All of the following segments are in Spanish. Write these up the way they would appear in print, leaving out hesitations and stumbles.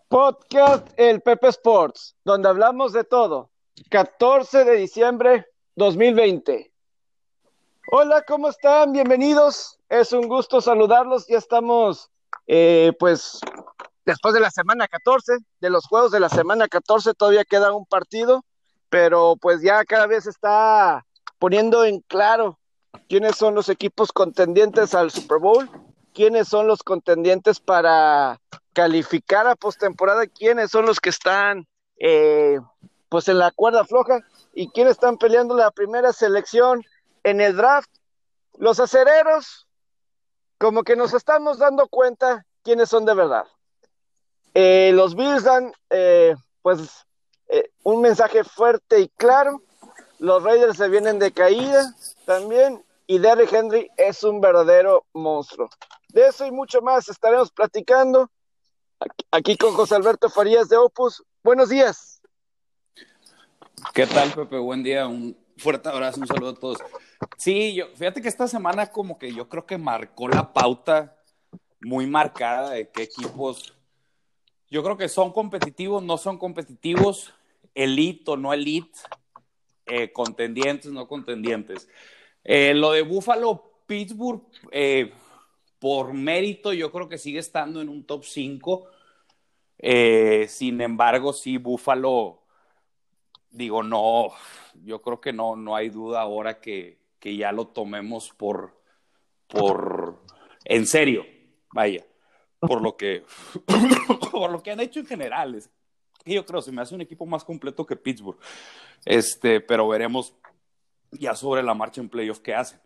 Podcast El Pepe Sports, donde hablamos de todo. 14 de diciembre 2020. Hola, ¿cómo están? Bienvenidos. Es un gusto saludarlos. Ya estamos, pues, después de la semana 14, de los juegos de la semana 14, todavía queda un partido, pero pues ya cada vez está poniendo en claro quiénes son los equipos contendientes al Super Bowl, quiénes son los contendientes para calificar a postemporada, quiénes son los que están pues en la cuerda floja y quiénes están peleando la primera selección en el draft. Los acereros, como que nos estamos dando cuenta quiénes son de verdad. Los Bills dan pues un mensaje fuerte y claro. Los Raiders se vienen de caída también y Derrick Henry es un verdadero monstruo. De eso y mucho más estaremos platicando aquí con José Alberto Farías de Opus. Buenos días. ¿Qué tal, Pepe? Buen día, un fuerte abrazo, un saludo a todos. Sí, fíjate que esta semana como que yo creo que marcó la pauta muy marcada de qué equipos, yo creo que son competitivos, no son competitivos, elite o no elite, contendientes, no contendientes. Lo de Buffalo, Pittsburgh, por mérito yo creo que sigue estando en un top 5. Sin embargo, sí, Buffalo, digo, no, yo creo que no hay duda ahora que ya lo tomemos por en serio, vaya, por lo que, por lo que han hecho en general. Y yo creo, se me hace un equipo más completo que Pittsburgh. Pero veremos ya sobre la marcha en playoff qué hacen.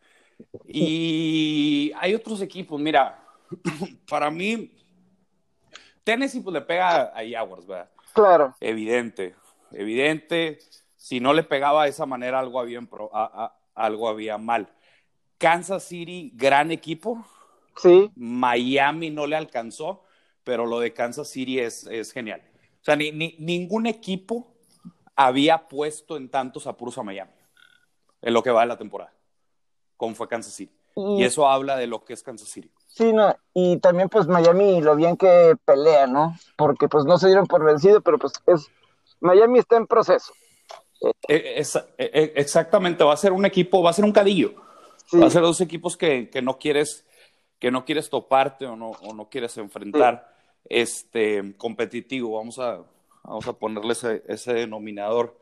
Y hay otros equipos, mira, para mí, Tennessee pues le pega a Jaguars, ¿verdad? Claro. Evidente. Si no le pegaba de esa manera, algo había mal. Kansas City, gran equipo. Sí. Miami no le alcanzó, pero lo de Kansas City es genial. O sea, ningún equipo había puesto en tantos apuros a Miami en lo que va de la temporada, como fue Kansas City. Y Y eso habla de lo que es Kansas City. sí, no, y también pues Miami lo bien que pelea, ¿no? Porque pues no se dieron por vencido, pero pues Miami está en proceso. Exactamente, va a ser un equipo, va a ser un cadillo. Va a Sí, ser dos equipos que no quieres toparte o no quieres sí. enfrentar, competitivo, vamos a ponerle ese denominador.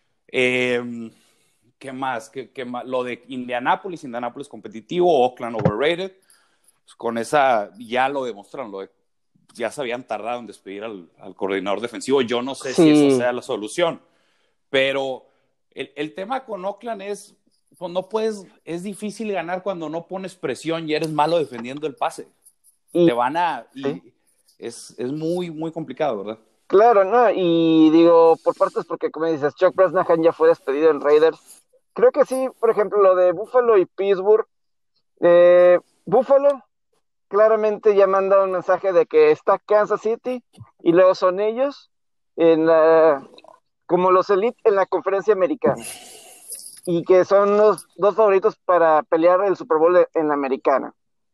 ¿Qué más? ¿Qué más? Lo de Indianapolis competitivo, Oakland overrated, pues con esa ya lo demostraron, ya se habían tardado en despedir al coordinador defensivo. Yo no sé si esa Sí, sea la solución, pero el tema con Oakland es, pues no puedes, es difícil ganar cuando no pones presión y eres malo defendiendo el pase. y Te van a, sí. y es muy, muy complicado, ¿verdad? Claro, ¿no? Y digo, por partes, porque como dices, Chuck Brosnahan ya fue despedido en Raiders. Creo que sí, por ejemplo, lo de Buffalo y Pittsburgh. Buffalo claramente ya manda un mensaje de que está Kansas City y luego son ellos en como los elite en la conferencia americana y que son los dos favoritos para pelear el Super Bowl en la americana.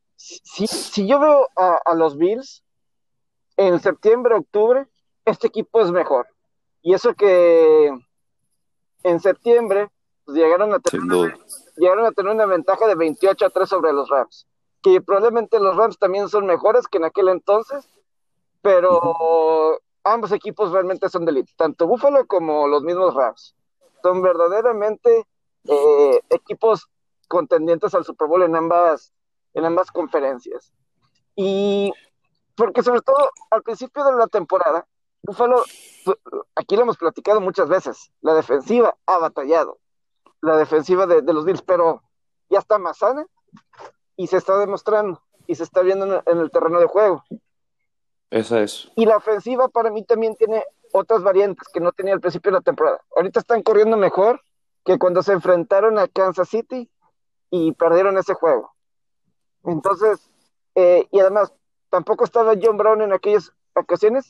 Si yo veo a los Bills en septiembre, octubre, este equipo es mejor. Y eso que en septiembre pues, Sin duda. llegaron a tener una ventaja de 28-3 sobre los Rams. Que probablemente los Rams también son mejores que en aquel entonces, Uh-huh. pero ambos equipos realmente son de elite, tanto Buffalo como los mismos Rams. Son verdaderamente equipos contendientes al Super Bowl en ambas conferencias. Y porque sobre todo al principio de la temporada, Buffalo, aquí lo hemos platicado muchas veces, la defensiva ha batallado, la defensiva de los Bills, pero ya está más sana y se está demostrando y se está viendo en el terreno de juego. Esa es. Y la ofensiva para mí también tiene otras variantes que no tenía al principio de la temporada. Ahorita están corriendo mejor que cuando se enfrentaron a Kansas City y perdieron ese juego. Entonces, y además, tampoco estaba John Brown en aquellas ocasiones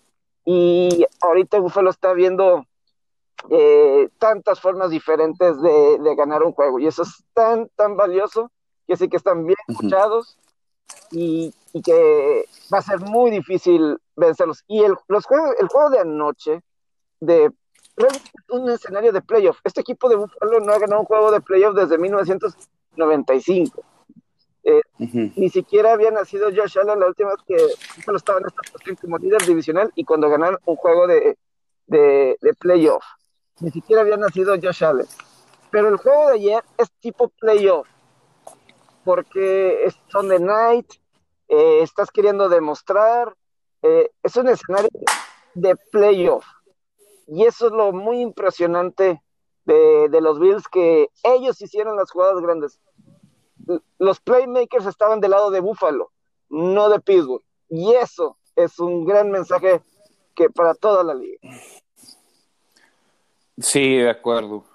y ahorita Buffalo está viendo tantas formas diferentes de ganar un juego y eso es tan valioso que sí que están bien Uh-huh. escuchados y que va a ser muy difícil vencerlos. Y el juego de anoche, de realmente un escenario de playoff. Este equipo de Buffalo no ha ganado un juego de playoff desde 1995. Eh, Ujú. Ni siquiera había nacido Josh Allen la última vez que Buffalo estaba en esta posición como líder divisional y cuando ganaron un juego de playoff. Ni siquiera había nacido Josh Allen. Pero el juego de ayer es tipo playoff, porque es Sunday night, estás queriendo demostrar, es un escenario de playoff. Y eso es lo muy impresionante de los Bills, que ellos hicieron las jugadas grandes. Los playmakers estaban del lado de Buffalo, no de Pittsburgh. Y eso es un gran mensaje que para toda la liga. Sí, de acuerdo.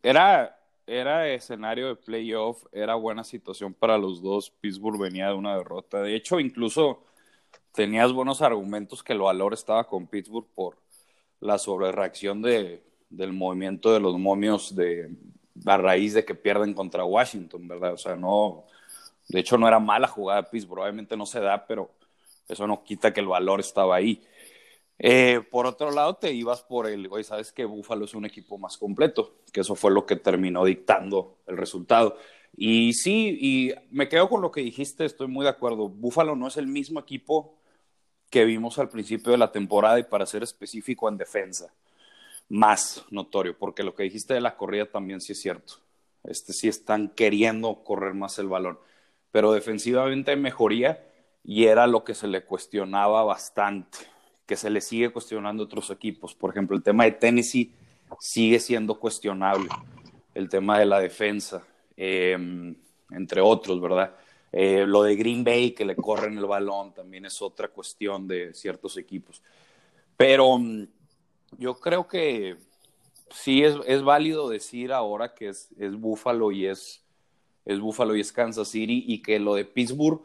Era escenario de playoff, era buena situación para los dos. Pittsburgh venía de una derrota. De hecho, incluso tenías buenos argumentos que el valor estaba con Pittsburgh por la sobrereacción del movimiento de los momios a raíz de que pierden contra Washington, ¿verdad? O sea, no, de hecho no era mala jugada de Pittsburgh, obviamente no se da, pero eso no quita que el valor estaba ahí. Por otro lado, te ibas por oye, sabes que Buffalo es un equipo más completo, que eso fue lo que terminó dictando el resultado. Y sí, y me quedo con lo que dijiste, estoy muy de acuerdo. Buffalo no es el mismo equipo que vimos al principio de la temporada y para ser específico en defensa, más notorio, porque lo que dijiste de la corrida también sí es cierto. Sí están queriendo correr más el balón, pero defensivamente hay mejoría y era lo que se le cuestionaba bastante, que se le sigue cuestionando a otros equipos. Por ejemplo, el tema de Tennessee sigue siendo cuestionable, el tema de la defensa, entre otros, ¿verdad? Lo de Green Bay, que le corren el balón, también es otra cuestión de ciertos equipos. Pero yo creo que sí es válido decir ahora que es Buffalo y es Buffalo y es Kansas City, y que lo de Pittsburgh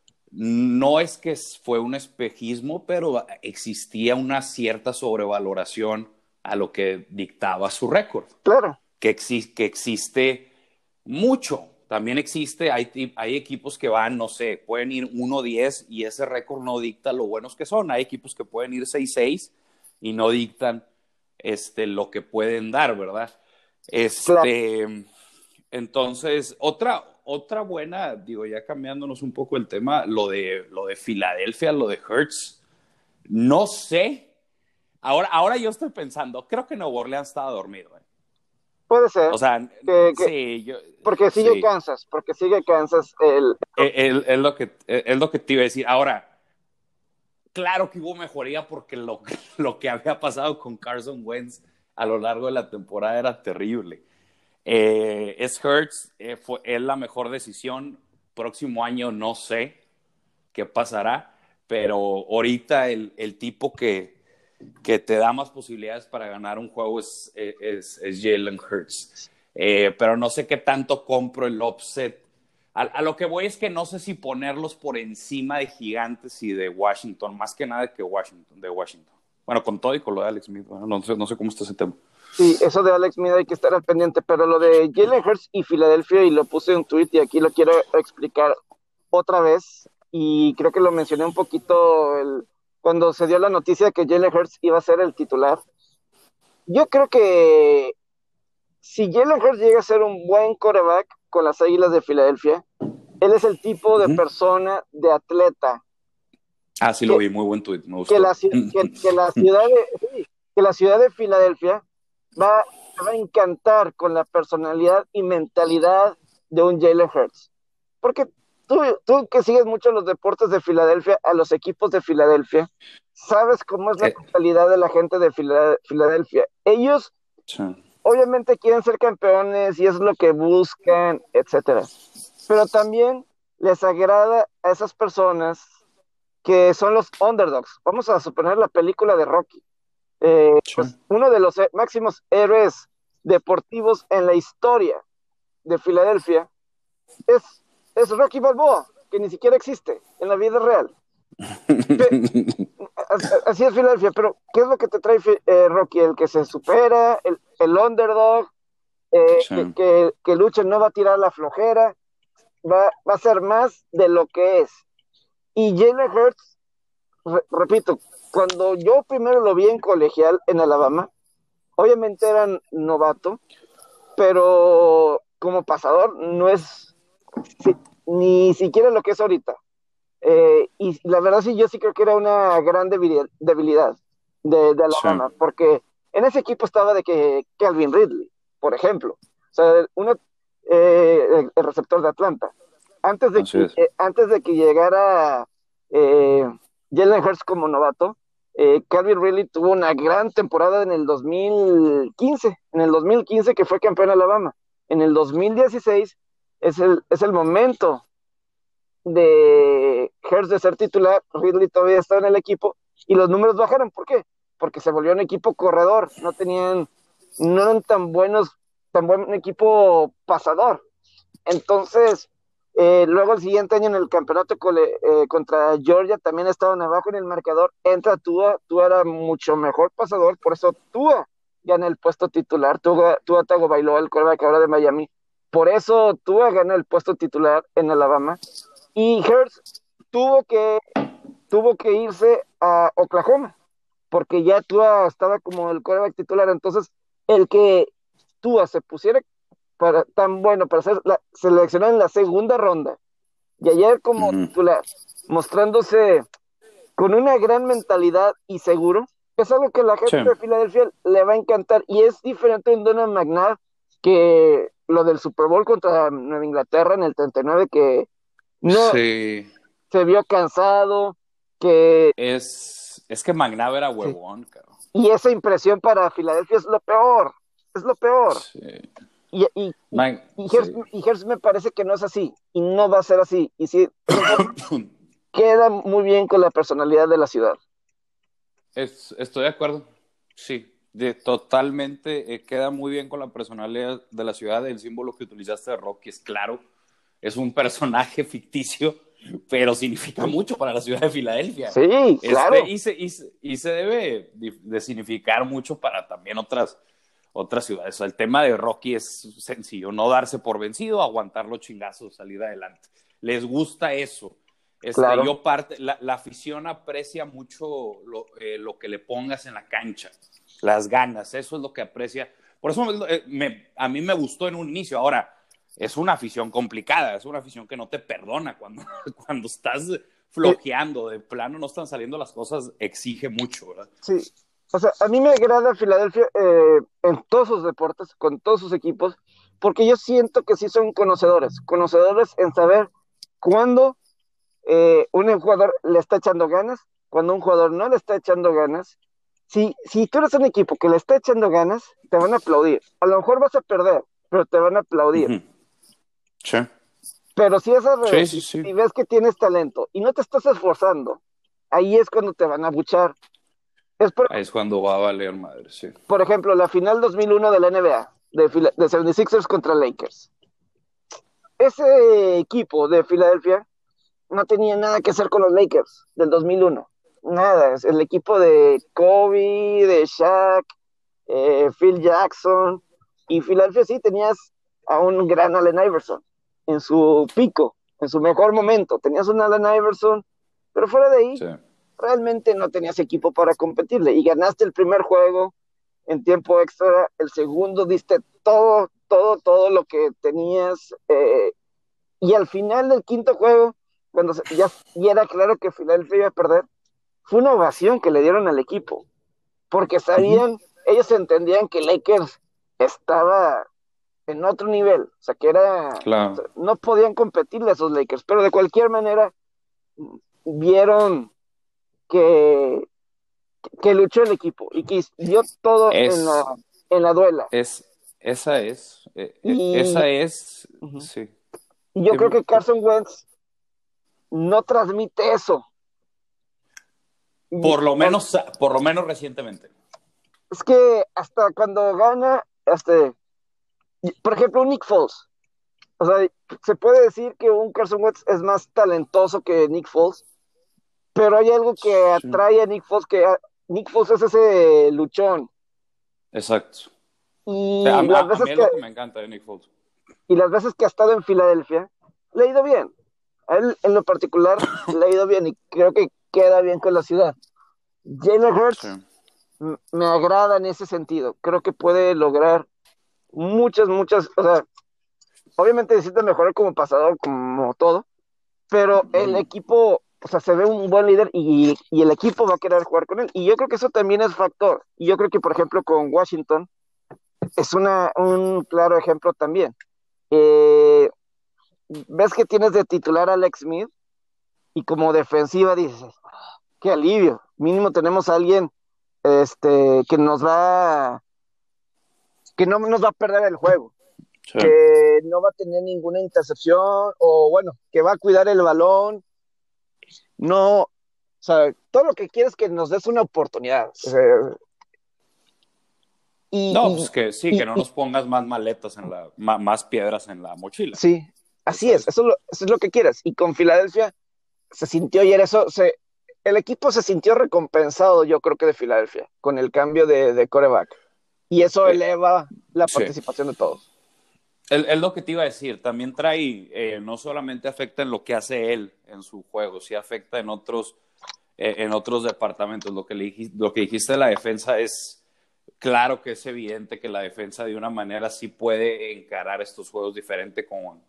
no es que fue un espejismo, pero existía una cierta sobrevaloración a lo que dictaba su récord, Claro, que existe mucho. También existe, hay equipos que van, no sé, pueden ir 1-10 y ese récord no dicta lo buenos que son. Hay equipos que pueden ir 6-6 y no dictan lo que pueden dar, ¿verdad? claro. Entonces, otra buena, digo, ya cambiándonos un poco el tema, lo de Filadelfia, lo de Hurts, no sé. Ahora yo estoy pensando, creo que Nuevo Orleans estaba dormido. Puede ser. O sea, Que sí, sí. Porque sigue Kansas Es lo que te iba a decir. Ahora, claro que hubo mejoría porque lo que había pasado con Carson Wentz a lo largo de la temporada era terrible. Es Hurts, es la mejor decisión. Próximo año no sé qué pasará, pero ahorita el tipo que te da más posibilidades para ganar un juego es Jalen Hurts. Pero no sé qué tanto compro el upset. A lo que voy es que no sé si ponerlos por encima de Gigantes y de Washington, más que nada que de Washington. Bueno, con todo y con lo de Alex Smith, ¿no? No sé cómo está ese tema. Sí, eso de Alex Smith hay que estar al pendiente, pero lo de Jalen Hurts y Filadelfia, y lo puse en un tweet y aquí lo quiero explicar otra vez, y creo que lo mencioné un poquito cuando se dio la noticia de que Jalen Hurts iba a ser el titular. Yo creo que si Jalen Hurts llega a ser un buen quarterback con las Águilas de Filadelfia, él es el tipo de Uh-huh. persona, de atleta, Ah, sí lo que, vi, muy buen tweet, me que, gustó. la, que la ciudad sí, que la ciudad de Filadelfia va a encantar con la personalidad y mentalidad de un Jalen Hurts. Porque tú que sigues mucho los deportes de Filadelfia, a los equipos de Filadelfia, sabes cómo es la Eh, mentalidad de la gente de Filadelfia. Ellos sí. obviamente quieren ser campeones y es lo que buscan, etcétera. Pero también les agrada a esas personas que son los underdogs. Vamos a suponer la película de Rocky. Sí. Pues uno de los máximos héroes deportivos en la historia de Filadelfia es, es Rocky Balboa, que ni siquiera existe en la vida real. Así es Filadelfia, pero ¿qué es lo que te trae Rocky? El que se supera, el underdog, Sí. que lucha, no va a tirar la flojera, va a ser más de lo que es. Y Jalen Hurts, repito, cuando yo primero lo vi en colegial en Alabama, obviamente era novato, pero como pasador no es ni siquiera lo que es ahorita. Y la verdad sí, yo sí creo que era una gran debilidad de Sí, Alabama, porque en ese equipo estaba de que Calvin Ridley, por ejemplo, o sea, el receptor de Atlanta. así es. Antes de que llegara eh, Jalen Hurts como novato, Calvin Ridley tuvo una gran temporada en el 2015, que fue campeón de Alabama. En el 2016 es el momento de Hurts de ser titular, Ridley todavía estaba en el equipo y los números bajaron. ¿Por qué? Porque se volvió un equipo corredor, no eran tan buen equipo pasador. Entonces, luego el siguiente año en el campeonato contra Georgia también estaban abajo en el marcador, entra Tua era mucho mejor pasador, por eso Tua gana el puesto titular, Tua Tagovailoa, el quarterback ahora de Miami, por eso Tua gana el puesto titular en Alabama, y Hurts tuvo que, tuvo que irse a Oklahoma, porque ya Tua estaba como el quarterback titular. Entonces el que Tua se pusiera tan bueno para ser seleccionado en la segunda ronda, y ayer como Ujú. titular, mostrándose con una gran mentalidad y seguro, es algo que la Sí, gente de Filadelfia le va a encantar, y es diferente en Donald McNabb que lo del Super Bowl contra Nueva Inglaterra en el 39, que no sí. se vio cansado, que Es que McNabb era sí. huevón, cabrón. Y esa impresión para Filadelfia es lo peor. Sí. Sí. Y Hurts me parece que no es así, y no va a ser así. Y sí, es un jugador que queda muy bien con la personalidad de la ciudad. Estoy de acuerdo. Sí, totalmente. Queda muy bien con la personalidad de la ciudad. El símbolo que utilizaste de Rocky es claro. Es un personaje ficticio, pero significa mucho para la ciudad de Filadelfia. Sí, claro. Y se debe de significar mucho para también otras ciudades. O sea, el tema de Rocky es sencillo: no darse por vencido, aguantar los chingazos, salir adelante. Les gusta eso. Claro. La afición aprecia mucho lo que le pongas en la cancha, las ganas, eso es lo que aprecia. Por eso a mí me gustó en un inicio. Ahora, es una afición complicada, es una afición que no te perdona cuando estás Eh, flojeando, de plano no están saliendo las cosas, exige mucho, ¿verdad? sí. O sea, a mí me agrada Filadelfia en todos sus deportes, con todos sus equipos, porque yo siento que sí son conocedores en saber cuándo un jugador le está echando ganas, cuando un jugador no le está echando ganas. Si tú eres un equipo que le está echando ganas, te van a aplaudir. A lo mejor vas a perder, pero te van a aplaudir. Uh-huh. Sí. Pero si es al Sí, revés, sí, si sí. ves que tienes talento y no te estás esforzando, ahí es cuando te van a buchar. Es Ahí es cuando va a valer madre, sí. por ejemplo, la final 2001 de la NBA, de 76ers contra Lakers. Ese equipo de Filadelfia no tenía nada que hacer con los Lakers del 2001. Nada, es el equipo de Kobe, de Shaq, Phil Jackson, y Filadelfia sí tenías a un gran Allen Iverson en su pico, en su mejor momento. Tenías un Allen Iverson, pero fuera de ahí, Sí. realmente no tenías equipo para competirle. Y ganaste el primer juego en tiempo extra, el segundo diste todo lo que tenías. Y al final del quinto juego, cuando ya era claro que Filadelfia iba a perder, fue una ovación que le dieron al equipo, porque Uh-huh. ellos entendían que Lakers estaba en otro nivel, o sea, o Claro. sea, no podían competirle a esos Lakers, pero de cualquier manera vieron que, que luchó el equipo y que dio todo Es, en la duela. es, Y, esa es, uh-huh, sí. y yo creo Dime. que Carson Wentz no transmite eso. Y, Por lo menos recientemente. es que hasta cuando gana, por ejemplo, un Nick Foles, o sea, se puede decir que un Carson Wentz es más talentoso que Nick Foles, pero hay algo que Sí. atrae a Nick Foles, Nick Foles es ese luchón. Exacto. Y las A mí veces es que, lo que me encanta de Nick Foles. y las veces que ha estado en Filadelfia, le ha ido bien. A él, en lo particular, le ha ido bien y creo que queda bien con la ciudad. Jalen Sí. Hurts me agrada en ese sentido. Creo que puede lograr muchas, o sea, obviamente necesita mejorar como pasado, como todo, pero el Ujú. equipo, o sea, se ve un buen líder y el equipo va a querer jugar con él. Y yo creo que eso también es factor. Y yo creo que, por ejemplo, con Washington es un claro ejemplo también. Eh, Ves que tienes de titular a Alex Smith y como defensiva dices, qué alivio, mínimo tenemos a alguien que que no nos va a perder el juego, Sí. que no va a tener ninguna intercepción o bueno, que va a cuidar el balón, no, o sea, todo lo que quieres es que nos des una oportunidad. Y, No, y, pues que sí, que no y nos pongas más maletas más piedras en la mochila. sí, así Esa es, es. eso es lo que quieres. Y con Filadelfia se sintió ayer el equipo se sintió recompensado, yo creo que de Filadelfia, con el cambio de quarterback. Y eso Eh, eleva la sí. participación de todos. Es lo que te iba a decir. También trae, no solamente afecta en lo que hace él en su juego, sí afecta en otros departamentos. Lo que dijiste de la defensa es claro que es evidente que la defensa de una manera sí puede encarar estos juegos diferente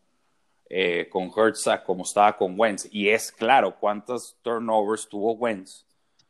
con Hurts a como estaba con Wentz. Y es claro cuántos turnovers tuvo Wentz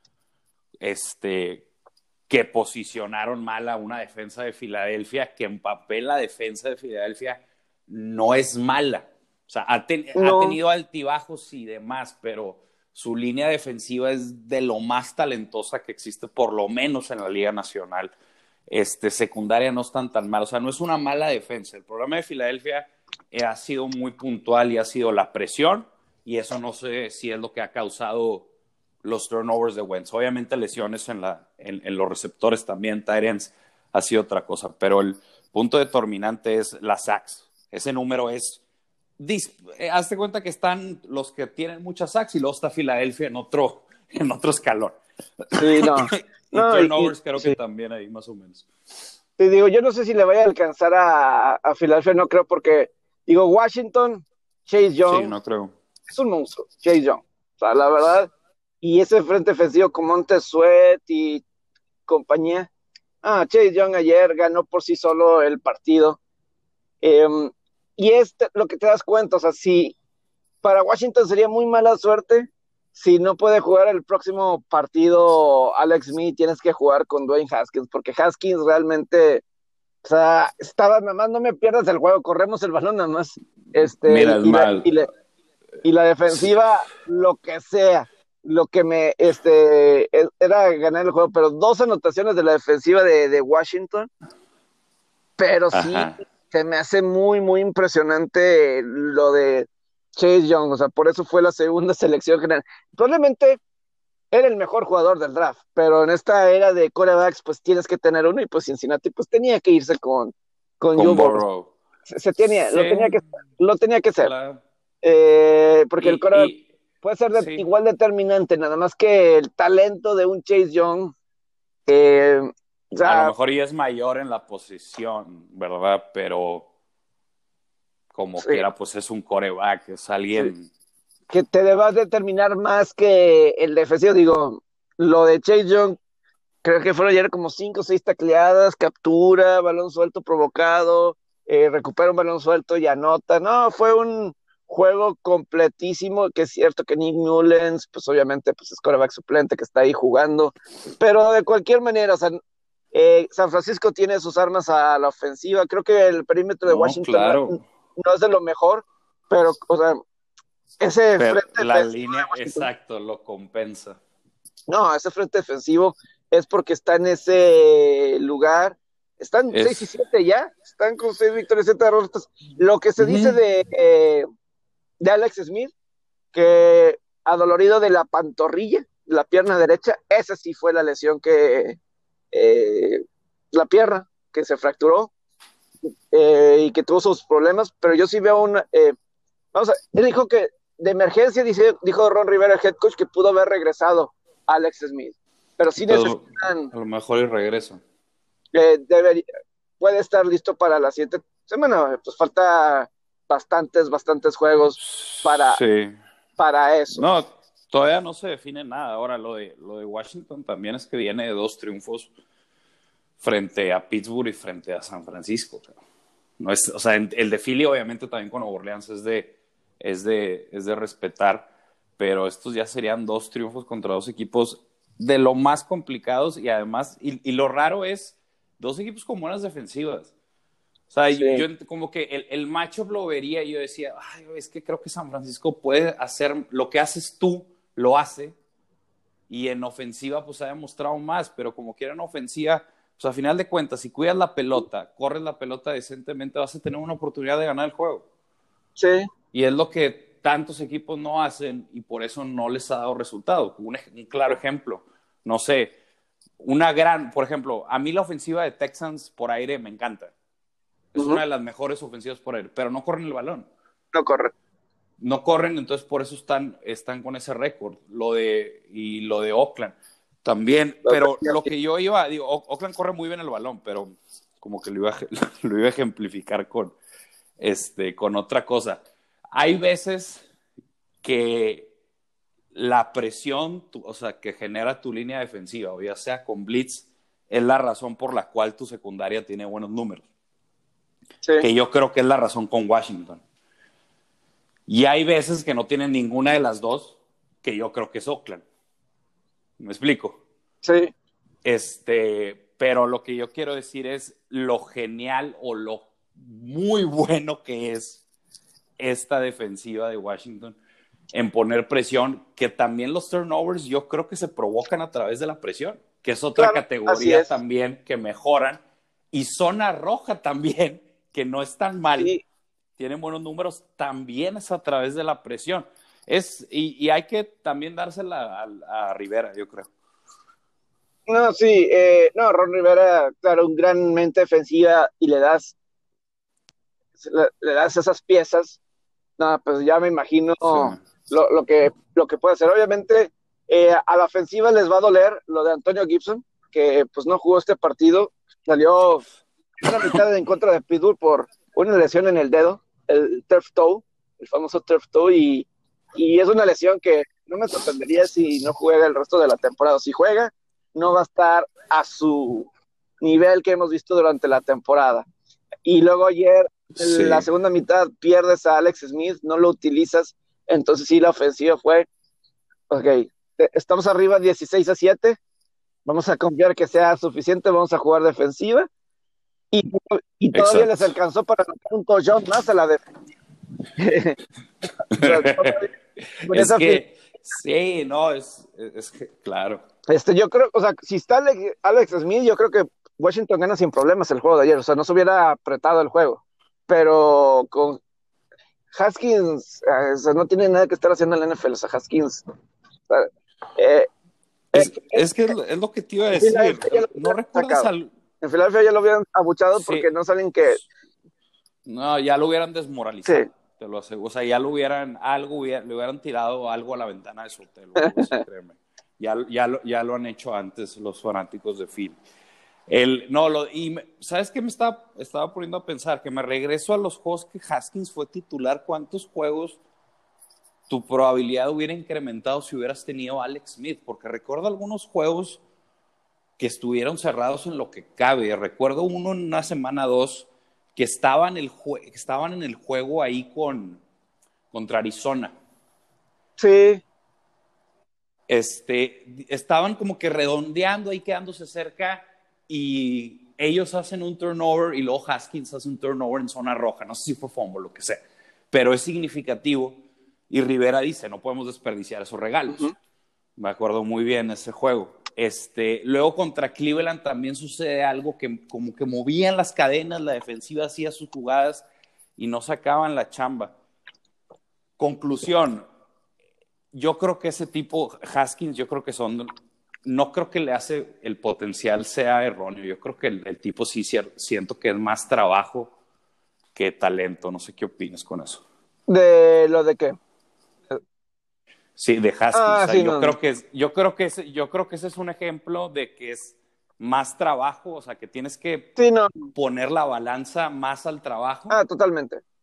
este, que posicionaron mal a una defensa de Filadelfia, que en papel la defensa de Filadelfia no es mala. O sea, ha No, tenido altibajos y demás, pero su línea defensiva es de lo más talentosa que existe, por lo menos en la Liga Nacional. Secundaria no están tan mal. O sea, no es una mala defensa. El problema de Filadelfia ha sido muy puntual y ha sido la presión, y eso no sé si es lo que ha causado los turnovers de Wentz. Obviamente lesiones en los receptores también, tight ends, ha sido otra cosa, pero el punto determinante es la sacks. Ese número es... Hazte cuenta que están los que tienen muchas sacks y luego está Filadelfia en otro escalón. sí, no. Y No, turnovers creo que sí. también ahí más o menos. Te digo, yo no sé si le vaya a alcanzar a Filadelfia, no creo, porque, digo, Washington, Chase Sí, Young, no creo. es un monstruo, Chase Young. O sea, la verdad, y ese frente ofensivo con Montez Sweat y compañía. Chase Young ayer ganó por sí solo el partido. Eh, y es lo que te das cuenta, o sea, si para Washington sería muy mala suerte si no puede jugar el próximo partido Alex Smith, tienes que jugar con Dwayne Haskins, porque Haskins realmente, o sea, estaba nada más, no me pierdas el juego, corremos el balón nada más, Mira, es mal. y la Sí, defensiva, lo que sea, lo que era ganar el juego, pero dos anotaciones de la defensiva de Washington, pero sí ajá. se me hace muy impresionante lo de Chase Young, o sea, por eso fue la segunda selección general. Probablemente era el mejor jugador del draft, pero en esta era de quarterbacks, pues tienes que tener uno, y pues Cincinnati pues tenía que irse con Joe Con Burrow. Burrow. Lo tenía Sí, lo tenía que ser. claro. Porque el Y, quarterback y puede ser sí, igual determinante, nada más que el talento de un Chase Young, eh, o a lo sea, mejor ya es mayor en la posición, ¿verdad? Pero como sí, quiera, pues es un coreback, es sí, alguien. que te debas determinar más que el defensivo. Digo, lo de Chase Young, creo que fueron ayer como 5 o 6 tacleadas, captura, balón suelto provocado, recupera un balón suelto y anota. No, fue un juego completísimo, que es cierto que Nick Mullens, pues obviamente pues es quarterback suplente que está ahí jugando, pero de cualquier manera, o sea, San Francisco tiene sus armas a la ofensiva. Creo que el perímetro de No, Washington claro. no es de lo mejor, pero, o sea, ese Pero frente la defensivo línea, de Washington, exacto, lo compensa. no, ese frente defensivo es porque está en ese lugar. Están 6 y Es. 7 ya, están con 6 victorias, 7 derrotas. Lo que se dice Ujú. de Alex Smith, que adolorido de la pantorrilla, la pierna derecha, esa sí fue la lesión eh, la pierna que se fracturó, y que tuvo sus problemas, pero yo sí veo vamos a, él dijo que de emergencia, dijo Ron Rivera, el head coach, que pudo haber regresado Alex Smith, pero sí Entonces, necesitan, a lo mejor y regresa. debería, puede estar listo para la siguiente semana, pues falta bastantes juegos para, Sí. para eso. No, Todavía no se define nada. Ahora, lo de Washington también es que viene de 2 triunfos frente a Pittsburgh y frente a San Francisco. No es, o sea, el de Philly obviamente también con Nueva Orleans es de respetar, pero estos ya serían 2 triunfos contra 2 equipos de lo más complicados y además, y lo raro es 2 equipos con buenas defensivas. O sea, Sí. yo como que el matchup lo vería y yo decía, ay, es que creo que San Francisco puede hacer lo que haces tú, lo hace, y en ofensiva pues ha demostrado más, pero como quiera en ofensiva, pues a final de cuentas, si cuidas la pelota, corres la pelota decentemente, vas a tener una oportunidad de ganar el juego. Sí. Y es lo que tantos equipos no hacen y por eso no les ha dado resultado. Un claro ejemplo, no sé, por ejemplo, a mí la ofensiva de Texans por aire me encanta. Es una de las mejores ofensivas por aire, pero no corren el balón. No corre. No corren, entonces por eso están con ese récord. Lo de Oakland también. Pero lo que yo digo, Oakland corre muy bien el balón, pero como que lo iba a ejemplificar con otra cosa. Hay veces que la presión, o sea, que genera tu línea defensiva, o ya sea con blitz, es la razón por la cual tu secundaria tiene buenos números. Sí. Que yo creo que es la razón con Washington. Y hay veces que no tienen ninguna de las dos, que yo creo que es Oakland. ¿Me explico? Sí. Pero lo que yo quiero decir es lo genial o lo muy bueno que es esta defensiva de Washington en poner presión, que también los turnovers yo creo que se provocan a través de la presión, que es otra categoría también que mejoran, y zona roja también, que no es tan mal, sí. Tienen buenos números, también es a través de la presión. Y hay que también dársela a Rivera, yo creo. No, sí, Ron Rivera, claro, un gran mente defensiva y le das esas piezas, no, pues ya me imagino sí. lo que puede hacer. Obviamente, a la ofensiva les va a doler lo de Antonio Gibson, que pues no jugó este partido, salió en la mitad en contra de Pittsburgh por una lesión en el dedo, el turf toe, el famoso turf toe, y es una lesión que no me sorprendería si no juega el resto de la temporada. Si juega, no va a estar a su nivel que hemos visto durante la temporada. Y luego ayer, sí. En la segunda mitad, pierdes a Alex Smith, no lo utilizas, entonces sí, la ofensiva fue, ok, estamos arriba 16-7, vamos a confiar que sea suficiente, vamos a jugar defensiva, y todavía les alcanzó para anotar un touchdown más a la defensiva. Es que, sí, no, es que, claro. Yo creo, o sea, si está Alex Smith, yo creo que Washington gana sin problemas el juego de ayer, o sea, no se hubiera apretado el juego, pero con Haskins, o sea, no tiene nada que estar haciendo en la NFL, o sea, Haskins, es que es lo que te iba a decir, no recuerdas en Filadelfia ya lo hubieran abuchado, sí. Porque no saben que... No, ya lo hubieran desmoralizado, sí. Te lo aseguro, o sea, ya le hubieran tirado algo a la ventana de su hotel, créeme. Ya lo han hecho antes los fanáticos de Phil. ¿Sabes qué me estaba poniendo a pensar? Que me regreso a los juegos que Haskins fue titular. ¿Cuántos juegos tu probabilidad hubiera incrementado si hubieras tenido a Alex Smith? Porque recuerdo algunos juegos que estuvieron cerrados en lo que cabe. Recuerdo uno en una semana 2 que estaban en el juego ahí contra Arizona. Sí. Estaban como que redondeando ahí, quedándose cerca, y ellos hacen un turnover y luego Haskins hace un turnover en zona roja, no sé si fue fumble o lo que sea, pero es significativo, y Rivera dice, no podemos desperdiciar esos regalos. Uh-huh. Me acuerdo muy bien ese juego. Luego contra Cleveland también sucede algo que como que movían las cadenas, la defensiva hacía sus jugadas y no sacaban la chamba. Conclusión, yo creo que ese tipo, Haskins, no creo que le hace el potencial sea erróneo. Yo creo que el tipo sí siento que es más trabajo que talento. No sé qué opinas con eso. ¿De lo de qué? Sí, de Haskins. Sí, yo creo que ese es un ejemplo de que es más trabajo, o sea, que tienes que poner la balanza más al trabajo. Totalmente.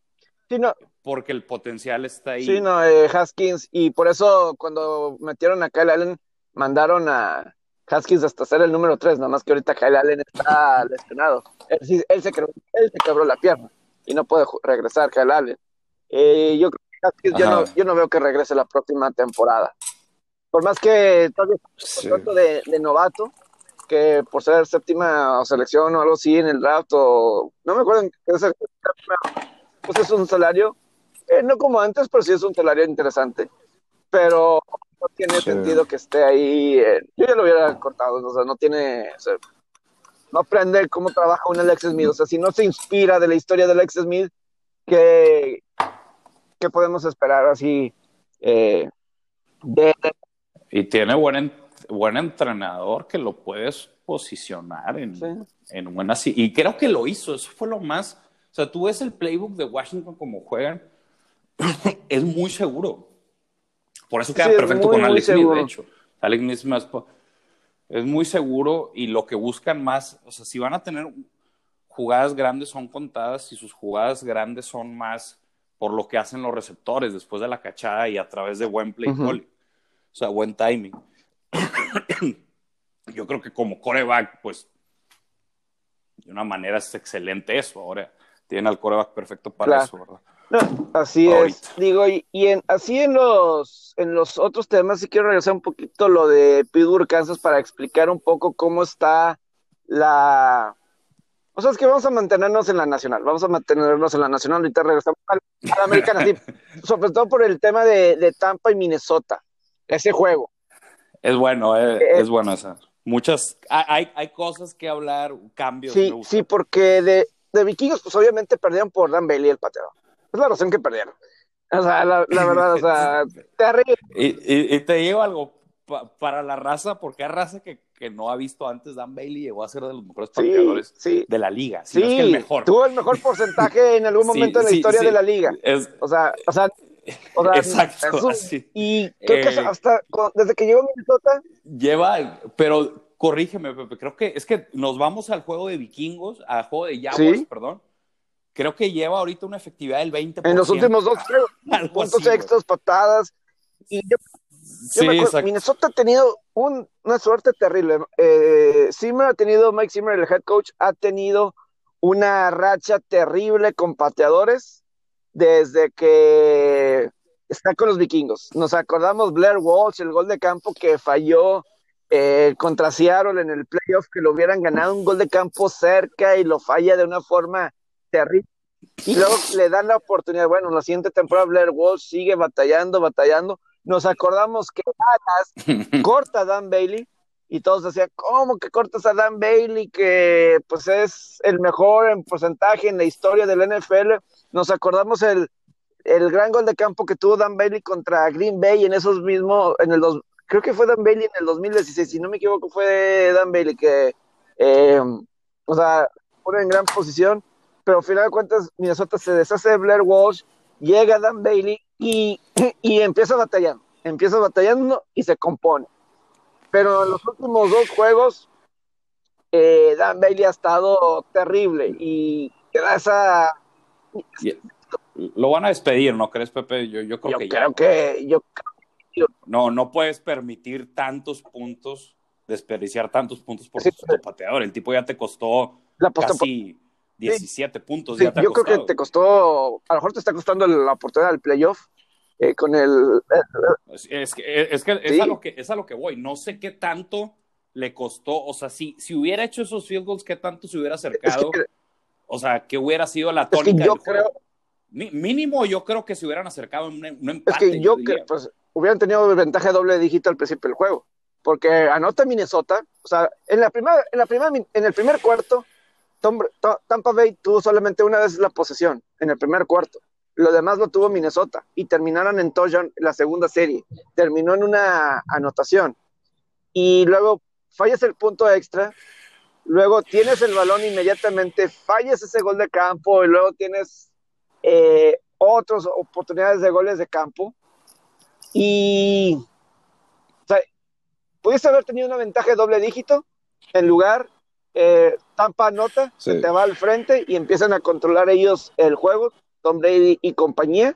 Sí, no, porque el potencial está sí, ahí. no, Haskins, y por eso cuando metieron a Kyle Allen, mandaron a Haskins hasta ser el número 3, nada más que ahorita Kyle Allen está lesionado. Él se quebró la pierna y no puede regresar Kyle Allen. Yo creo que Haskins, Ajá, yo no veo que regrese la próxima temporada. Por más que todavía está en sí, contrato de novato, que por ser séptima selección o algo así en el draft, o no me acuerdo en qué es pues es un salario, no como antes, pero sí es un salario interesante, pero no tiene sí. sentido que esté ahí. Yo ya lo hubiera cortado, o sea, no tiene, o sea, no aprende cómo trabaja un Alex Smith, o sea, si no se inspira de la historia de Alex Smith, ¿qué, qué podemos esperar así eh, de Y tiene buen entrenador que lo puedes posicionar sí, en buena... Y creo que lo hizo, eso fue lo más... O sea, tú ves el playbook de Washington como juegan, es muy seguro. Por eso sí, queda es perfecto muy, con muy Alex Smith, de seguro. hecho. Alex Smith es muy seguro y lo que buscan más, o sea, si van a tener jugadas grandes son contadas y sus jugadas grandes son más por lo que hacen los receptores después de la cachada y a través de buen play Uh-huh. calling, o sea, buen timing. Yo creo que como coreback, pues de una manera es excelente eso. Ahora tiene al coreback perfecto para Claro. eso, ¿verdad? No, así es. Ahorita. Digo, así en los otros temas, sí quiero regresar un poquito a lo de Pittsburgh, Kansas, para explicar un poco cómo está la... O sea, es que vamos a mantenernos en la nacional, vamos a mantenernos en la nacional, ahorita regresamos a la americana, sí, sobre todo por el tema de Tampa y Minnesota, ese juego. Eh, es bueno esa. Hay cosas que hablar, cambios, me sí, sí, gusta. porque de Vikingos, pues obviamente perdieron por Dan Bailey, el pateador. Es la razón que perdieron. O sea, la verdad, o sea, terrible. Y te digo algo, para la raza, porque hay raza que no ha visto antes, Dan Bailey llegó a ser de los mejores Sí, pateadores sí, de la liga, si no es que el sí, mejor. tuvo el mejor porcentaje en algún momento Sí, en la sí, historia de sí, la liga. es, O sea, o sea, o sea, exacto, así. y creo que desde que llegó a Minnesota, Pero corrígeme, Pepe, creo que es que nos vamos al juego de vikingos, al juego de Jaguars, sí, perdón. Creo que lleva ahorita una efectividad del en los 20%, últimos dos juegos, algo puntos así, güey. extras, patadas, y yo me Sí, acuerdo, exacto. Minnesota ha tenido una suerte terrible. Mike Zimmer, el head coach, ha tenido una racha terrible con pateadores desde que está con los vikingos. Nos acordamos Blair Walsh, el gol de campo que falló contra Seattle en el playoff, que lo hubieran ganado un gol de campo cerca y lo falla de una forma terrible. Y luego le dan la oportunidad. Bueno, la siguiente temporada Blair Walsh sigue batallando, batallando. Nos acordamos que Dallas corta a Dan Bailey y todos decían, ¿cómo que cortas a Dan Bailey? Que pues es el mejor en porcentaje en la historia del NFL. Nos acordamos el gran gol de campo que tuvo Dan Bailey contra Green Bay en esos mismos, creo que fue Dan Bailey en el 2016, si no me equivoco fue Dan Bailey que, eh, o sea, pone en gran posición, pero al final de cuentas Minnesota se deshace de Blair Walsh, llega Dan Bailey y empieza batallando y se compone. Pero en los últimos dos juegos, Dan Bailey ha estado terrible y queda esa... Y lo van a despedir, ¿no crees, Pepe? Yo creo Yo que ya, creo güey. que, yo No, no puedes permitir tantos puntos, desperdiciar tantos puntos por sí, tu pateador. El tipo ya te costó la postemporada. casi Sí, 17 puntos, sí, ya te ha yo creo que costado. te costó, a lo mejor te está costando la oportunidad del playoff con el... Es sí, es a lo que voy. No sé qué tanto le costó. O sea, si hubiera hecho esos field goals, qué tanto se hubiera es que, acercado. O sea, qué hubiera sido la es que tónica yo del creo, juego. Mínimo, yo creo que se hubieran acercado en un empate, yo diría. pues hubieran tenido ventaja de doble dígito al principio del juego, porque anota Minnesota, o sea, en el primer cuarto, Tampa Bay tuvo solamente una vez la posesión, en el primer cuarto. Lo demás lo tuvo Minnesota y terminaron en touchdown la segunda serie. Terminó en una anotación. Y luego fallas el punto extra, luego tienes el balón inmediatamente, fallas ese gol de campo y luego tienes otras oportunidades de goles de campo y o sea, pudiste haber tenido una ventaja de doble dígito en lugar, Tampa anota, se Sí. te va al frente y empiezan a controlar ellos el juego Tom Brady y compañía.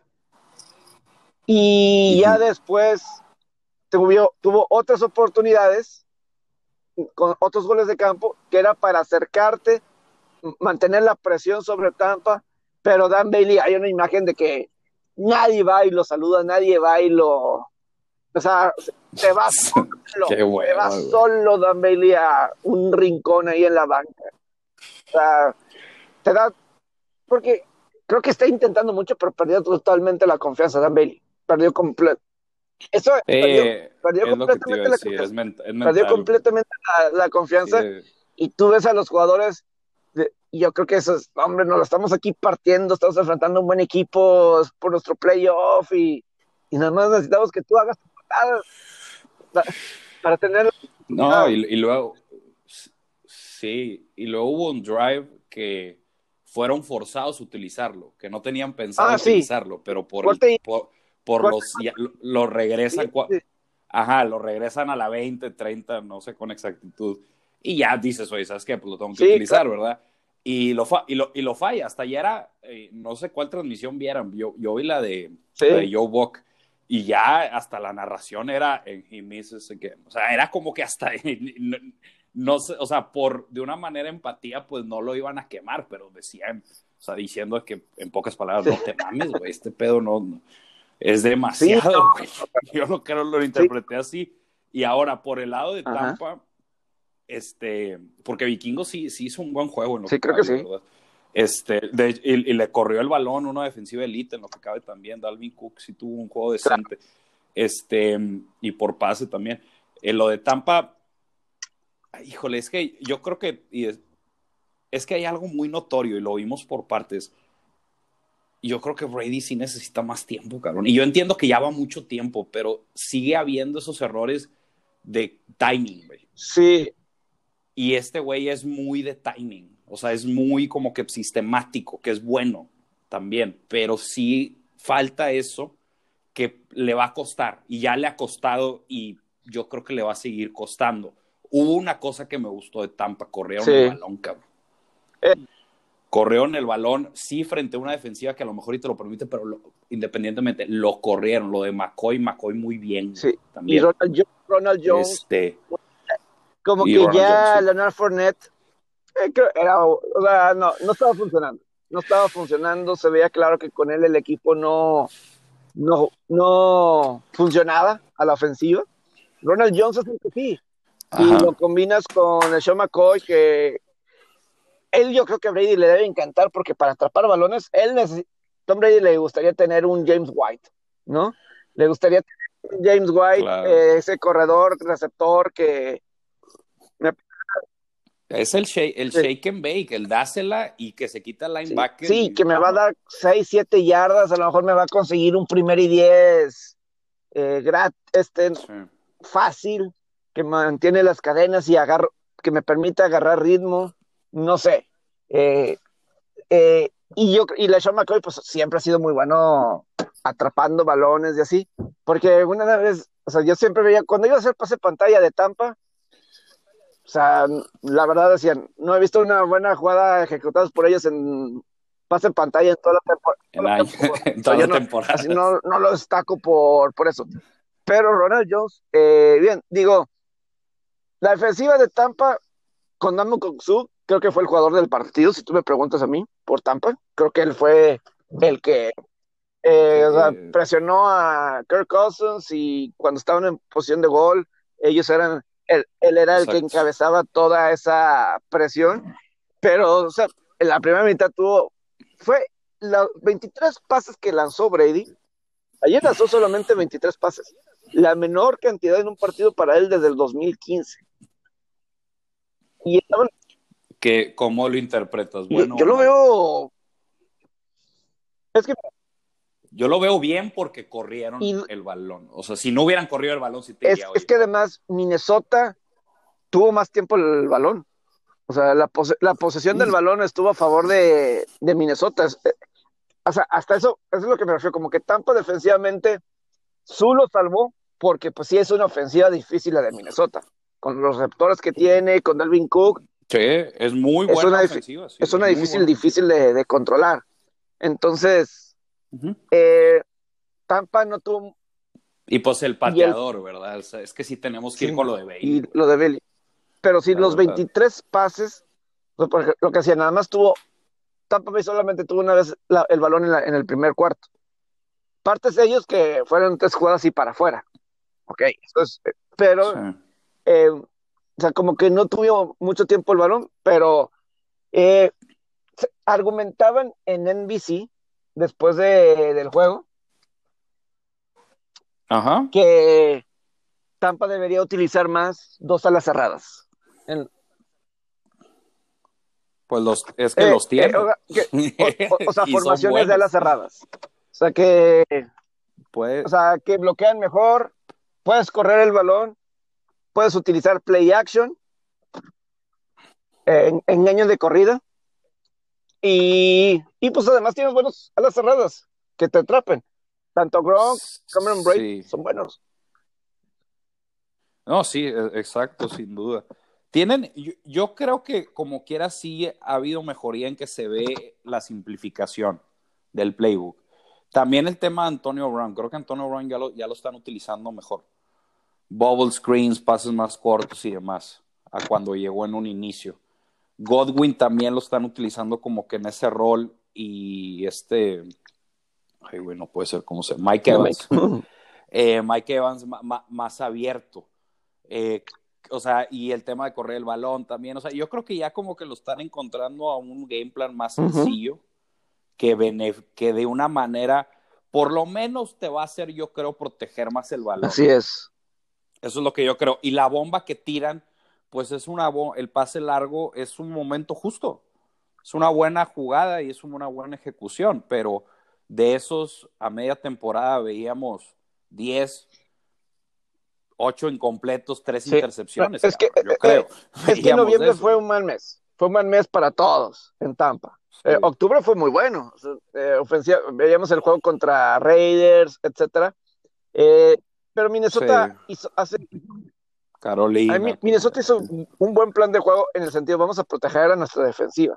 Y ya después tuvo otras oportunidades con otros goles de campo que era para acercarte, mantener la presión sobre Tampa, pero Dan Bailey, hay una imagen de que nadie va y lo saluda, nadie va y lo... O sea, se va solo, Qué bueno, se va solo Dan Bailey a un rincón ahí en la banca. O sea, te da... Porque creo que está intentando mucho, pero perdió totalmente la confianza Dan Bailey. Perdió completo. Eso perdió es lo que te iba a completamente la decir, confianza. es Perdió mental. completamente la confianza. Sí, Y tú ves a los jugadores, y yo creo que eso es, hombre, nos lo estamos aquí partiendo, estamos enfrentando un buen equipo por nuestro playoff y nada más necesitamos que tú hagas tu patada para tener... no, y luego, sí, y luego hubo un drive que fueron forzados a utilizarlo, que no tenían pensado utilizarlo, pero por los, ya, lo regresan, lo regresan a la 20, 30, no sé con exactitud, y ya dices, oye, ¿sabes qué? Pues lo tengo que utilizar, claro. ¿Verdad? Y lo falla, hasta ya era, no sé cuál transmisión vieran, yo vi la de Joe Buck, y ya hasta la narración era he misses again. O sea, era como que hasta no sé, o sea, de una manera empatía, pues no lo iban a quemar, pero decían, o sea, diciendo que en pocas palabras, no te mames, güey, este pedo no es demasiado, güey. Yo lo interpreté así. Y ahora, por el lado de Tampa, porque Vikingos sí hizo un buen juego en lo que creo que sí. ¿verdad? Y le corrió el balón, una defensiva elite, en lo que cabe también. Dalvin Cook sí tuvo un juego decente. Claro. Y por pase también. Lo de Tampa, híjole, es que yo creo que es que hay algo muy notorio y lo vimos por partes. Yo creo que Brady sí necesita más tiempo, cabrón. Y yo entiendo que ya va mucho tiempo, pero sigue habiendo esos errores de timing, güey. Sí. Y este güey es muy de timing. O sea, es muy como que sistemático, que es bueno también. Pero sí falta eso que le va a costar. Y ya le ha costado y yo creo que le va a seguir costando. Hubo una cosa que me gustó de Tampa. Corrieron el balón, cabrón. Corrieron el balón, sí, frente a una defensiva que a lo mejor y te lo permite, pero independientemente, lo corrieron. Lo de McCoy muy bien. Sí, también. Y Ronald Jones, como que Ronald ya Jones, sí. Leonard Fournette, o sea, no estaba funcionando. No estaba funcionando, se veía claro que con él el equipo no funcionaba a la ofensiva. Ronald Jones es el que sí. Ajá. Y lo combinas con el Sean McCoy, que él yo creo que a Brady le debe encantar, porque para atrapar balones, Tom Brady le gustaría tener un James White, ¿no? Le gustaría tener un James White, claro. Ese corredor, receptor que... Es el shake and bake, el dásela y que se quita el linebacker. Sí, que me va a dar 6, 7 yardas, a lo mejor me va a conseguir un 1st y 10 fácil, que mantiene las cadenas y que me permita agarrar ritmo, no sé. Y LeSean McCoy pues siempre ha sido muy bueno atrapando balones y así, porque una vez, o sea, yo siempre veía, cuando iba a hacer pase pantalla de Tampa, o sea, la verdad decían, no he visto una buena jugada ejecutada por ellos en pase pantalla en toda la temporada. En toda la temporada. Así no lo destaco por eso. Pero Ronald Jones, bien, digo, la defensiva de Tampa con Ndamukong Suh, creo que fue el jugador del partido, si tú me preguntas a mí, por Tampa. Creo que él fue el que presionó a Kirk Cousins, y cuando estaban en posición de gol, ellos eran, él era el que encabezaba toda esa presión. Pero, o sea, en la primera mitad fue los 23 pases que lanzó Brady. Ayer lanzó solamente 23 pases, la menor cantidad en un partido para él desde el 2015. Y ¿Cómo lo interpretas? Bueno, yo lo veo... Es que yo lo veo bien porque corrieron el balón. O sea, si no hubieran corrido el balón, sí te diría, es que además Minnesota tuvo más tiempo el balón. O sea, la posesión del balón estuvo a favor de Minnesota. O sea, hasta eso es lo que me refiero, como que Tampa defensivamente Suh lo salvó, porque pues sí es una ofensiva difícil la de Minnesota, con los receptores que tiene, con Dalvin Cook. Sí, es muy buena ofensiva. Sí, es una difícil de controlar. Entonces, Ujú. Tampa no tuvo... Y pues el Y el, pateador, ¿verdad? O sea, es que sí tenemos que ir sí, con lo de Bailey, y güey. lo de Belly. Pero si La los verdad. 23 pases, pues, porque lo que hacía, nada más Tampa Bay solamente tuvo una vez el balón en el primer cuarto. Partes de ellos que fueron 3 jugadas y para afuera. Ok, eso es, Sí. pero, o sea, como que no tuvo mucho tiempo el balón, pero eh, argumentaban en NBC después del juego Ajá. que Tampa debería utilizar más 2 alas cerradas. En- Pues es que los tiene. o sea, Y son formaciones de alas buenos. cerradas. O sea, que, o Pues, sea, que bloquean mejor, puedes correr el balón, puedes utilizar play action, engaños de corrida, y pues además tienes buenos alas cerradas que te atrapen. Tanto Gronk, Cameron Braid sí. son buenos. No, sí, exacto, sin duda. Yo creo que como quiera sí ha habido mejoría en que se ve la simplificación del playbook. También el tema de Antonio Brown, creo que Antonio Brown ya lo están utilizando mejor. Bubble screens, pases más cortos y demás, a cuando llegó en un inicio. Godwin también lo están utilizando como que en ese rol y ay, güey, no puede ser como se, Mike Evans. Mike Evans más abierto. Eh, o sea, y el tema de correr el balón también. O sea, yo creo que ya como que lo están encontrando a un game plan más sencillo que de una manera, por lo menos te va a hacer, yo creo, proteger más el balón. Así es. Eso es lo que yo creo. Y la bomba que tiran, pues es el pase largo es un momento justo. Es una buena jugada y es una buena ejecución, pero de esos a media temporada veíamos 10, 8 incompletos, 3 Sí. intercepciones, Es que, cabrón, yo creo. es que Veíamos noviembre eso. fue un mal mes. Fue un mal mes para todos en Tampa. Sí, Octubre fue muy bueno. O sea, veíamos el juego contra Raiders, etcétera. Eh, pero sí. Minnesota Carolina Minnesota también. hizo un buen plan de juego en el sentido, vamos a proteger a nuestra defensiva.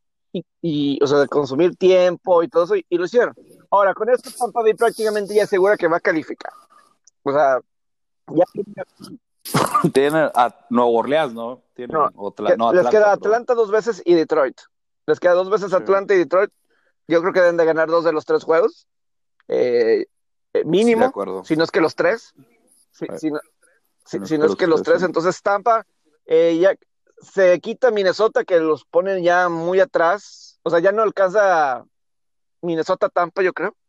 O sea, de consumir tiempo y todo eso, y lo hicieron. Ahora, con esto Tampa Bay prácticamente ya asegura que va a calificar. O sea, ya Tienen a Nueva Orleans, ¿no? no, Tienen otra, no, les Atlanta, queda perdón. Atlanta 2 veces y Detroit. Les queda 2 veces Sí, Atlanta y Detroit. Yo creo que deben de ganar 2 de los 3 juegos. Eh, sí, de mínimo, acuerdo. si no es que los tres. Si, Sí, si no, sí, si no que es los que los tres, sí. tres, entonces Tampa ya se quita Minnesota, que los ponen ya muy atrás. O sea, ya no alcanza Minnesota-Tampa, yo creo.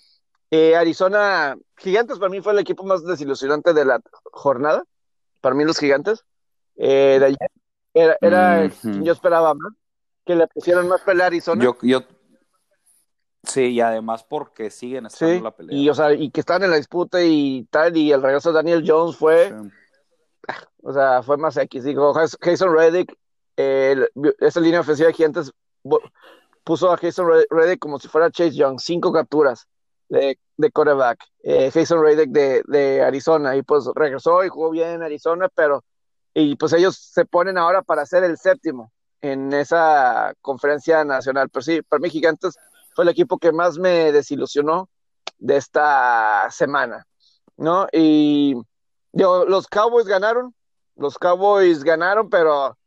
Arizona, Gigantes para mí fue el equipo más desilusionante de la jornada. Para mí los Gigantes. De ayer era quien Ujú. yo esperaba más, que le pusieron más pelea a Arizona. Yo, sí, y además porque siguen estando en Sí, la pelea. y o sea, y que están en la disputa y tal, y el regreso de Daniel Jones Sí, o sea, fue más X. Digo, Jason Reddick, esa línea ofensiva de Gigantes puso a Jason Reddick como si fuera Chase Young, 5 capturas de quarterback. Jason Reddick de Arizona, y pues regresó y jugó bien en Arizona, y pues ellos se ponen ahora para ser el séptimo en esa conferencia nacional. Pero sí, para mí Gigantes fue el equipo que más me desilusionó de esta semana, ¿no? Y digo, los Cowboys ganaron, pero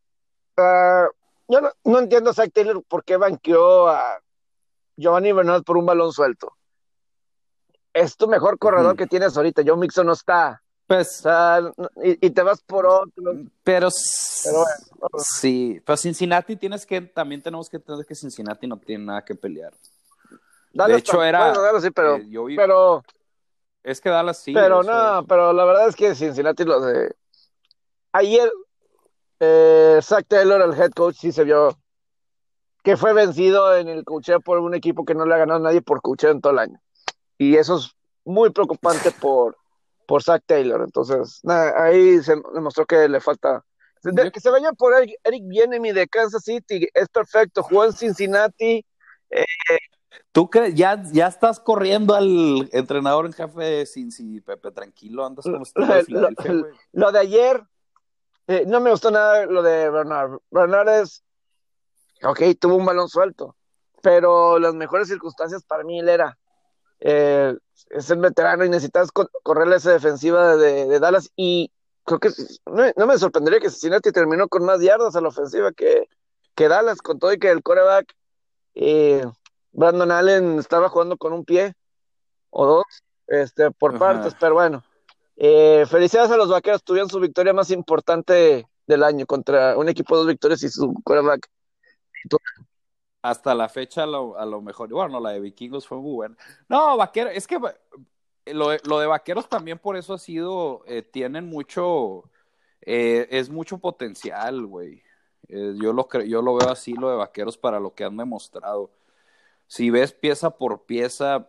yo no entiendo a Zach Taylor por qué banqueó a Giovanni Bernard por un balón suelto. Es tu mejor corredor ujú. que tienes ahorita. Joe Mixon no está. O Pues, sea, y te vas por otro. pero Pero bueno, sí, pues Cincinnati también tenemos que entender que Cincinnati no tiene nada que pelear. De Dallas hecho, bueno, Dallas sí, yo vi, pero, es que Dallas sí, pero eso no, es. pero la verdad es que Cincinnati lo de ayer, Zach Taylor, el head coach, sí se vio que fue vencido en el coacheo por un equipo que no le ha ganado a nadie por coacheo en todo el año. Y eso es muy preocupante por Zach Taylor. Entonces, ahí se demostró que le falta. Yo, Que se vaya por Eric Bieniemy de Kansas City, es perfecto. Jugó en Cincinnati. eh, ¿Tú crees? Ya estás corriendo al entrenador en jefe de Cincy, Pepe, tranquilo, andas lo, como estilo de lo- Filadelfia, güey. lo de ayer, no me gustó nada lo de Bernard. Bernard ok, tuvo un balón suelto. pero las mejores circunstancias para mí él era. Eh, es el veterano y necesitas correrle esa defensiva de Dallas y creo que no me sorprendería que Cincinnati terminó con más yardas a la ofensiva que Dallas, con todo y que el quarterback eh, Brandon Allen estaba jugando con un pie o dos por partes, Ajá. pero bueno. Felicidades a los vaqueros, tuvieron su victoria más importante del año contra un equipo de dos victorias y su quarterback. Hasta la fecha, a lo mejor, bueno, la de Vikingos fue muy buena. No, Vaqueros, es que lo de Vaqueros también por eso ha sido, tienen mucho, es mucho potencial, güey. Yo lo veo así, lo de Vaqueros, para lo que han demostrado. Si ves pieza por pieza,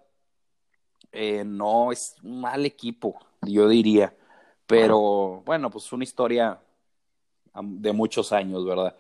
no es un mal equipo, yo diría. Pero bueno, pues una historia de muchos años, ¿verdad?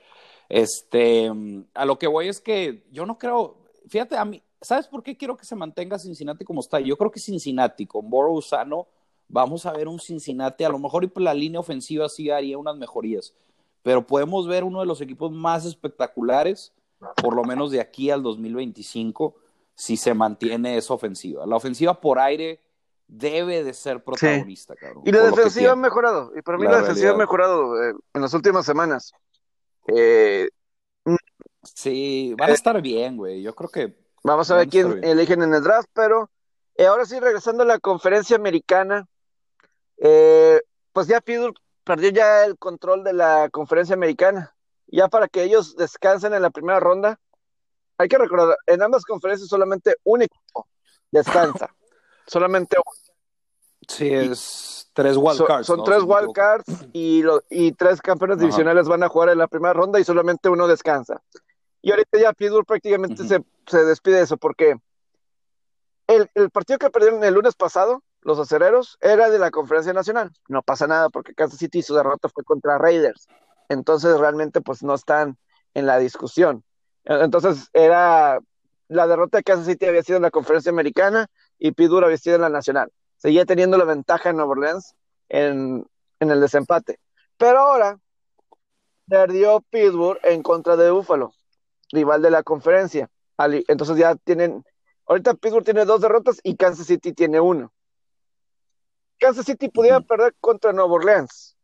A lo que voy es que yo no creo, fíjate, a mí, ¿sabes por qué quiero que se mantenga Cincinnati como está? Yo creo que Cincinnati, con Burrow sano, vamos a ver un Cincinnati, a lo mejor y por la línea ofensiva sí haría unas mejorías, pero podemos ver uno de los equipos más espectaculares, por lo menos de aquí al 2025, si se mantiene esa ofensiva. La ofensiva por aire debe de ser Sí. protagonista, cabrón, Y la por lo que defensiva ha tiene, mejorado, y para mí la la defensiva ha realidad. mejorado en las últimas semanas. Eh, Sí, van a estar bien, güey. Yo creo que Vamos a ver van a estar quién bien. eligen en el draft, pero ahora sí, regresando a la conferencia americana, pues ya Pittsburgh perdió ya el control de la conferencia americana. Ya para que ellos descansen en la primera ronda, hay que recordar, en ambas conferencias solamente un equipo descansa, solamente uno. Sí, Y es tres wildcards, son ¿no? Si tres no me equivoco. wildcards y tres campeones Ajá. divisionales van a jugar en la primera ronda y solamente uno descansa. Y ahorita ya Pittsburgh prácticamente Ujú. se despide de eso, porque el partido que perdieron el lunes pasado, los acereros, era de la Conferencia Nacional. No pasa nada porque Kansas City su derrota fue contra Raiders. Entonces realmente pues no están en la discusión. Entonces era la derrota de Kansas City había sido en la Conferencia Americana y Pittsburgh había sido en la Nacional. Seguía teniendo la ventaja en Nueva Orleans en el desempate. Pero ahora perdió Pittsburgh en contra de Buffalo, rival de la conferencia. Entonces ya tienen, ahorita Pittsburgh tiene dos derrotas y Kansas City tiene uno. Kansas City pudiera Ujú. perder contra Nueva Orleans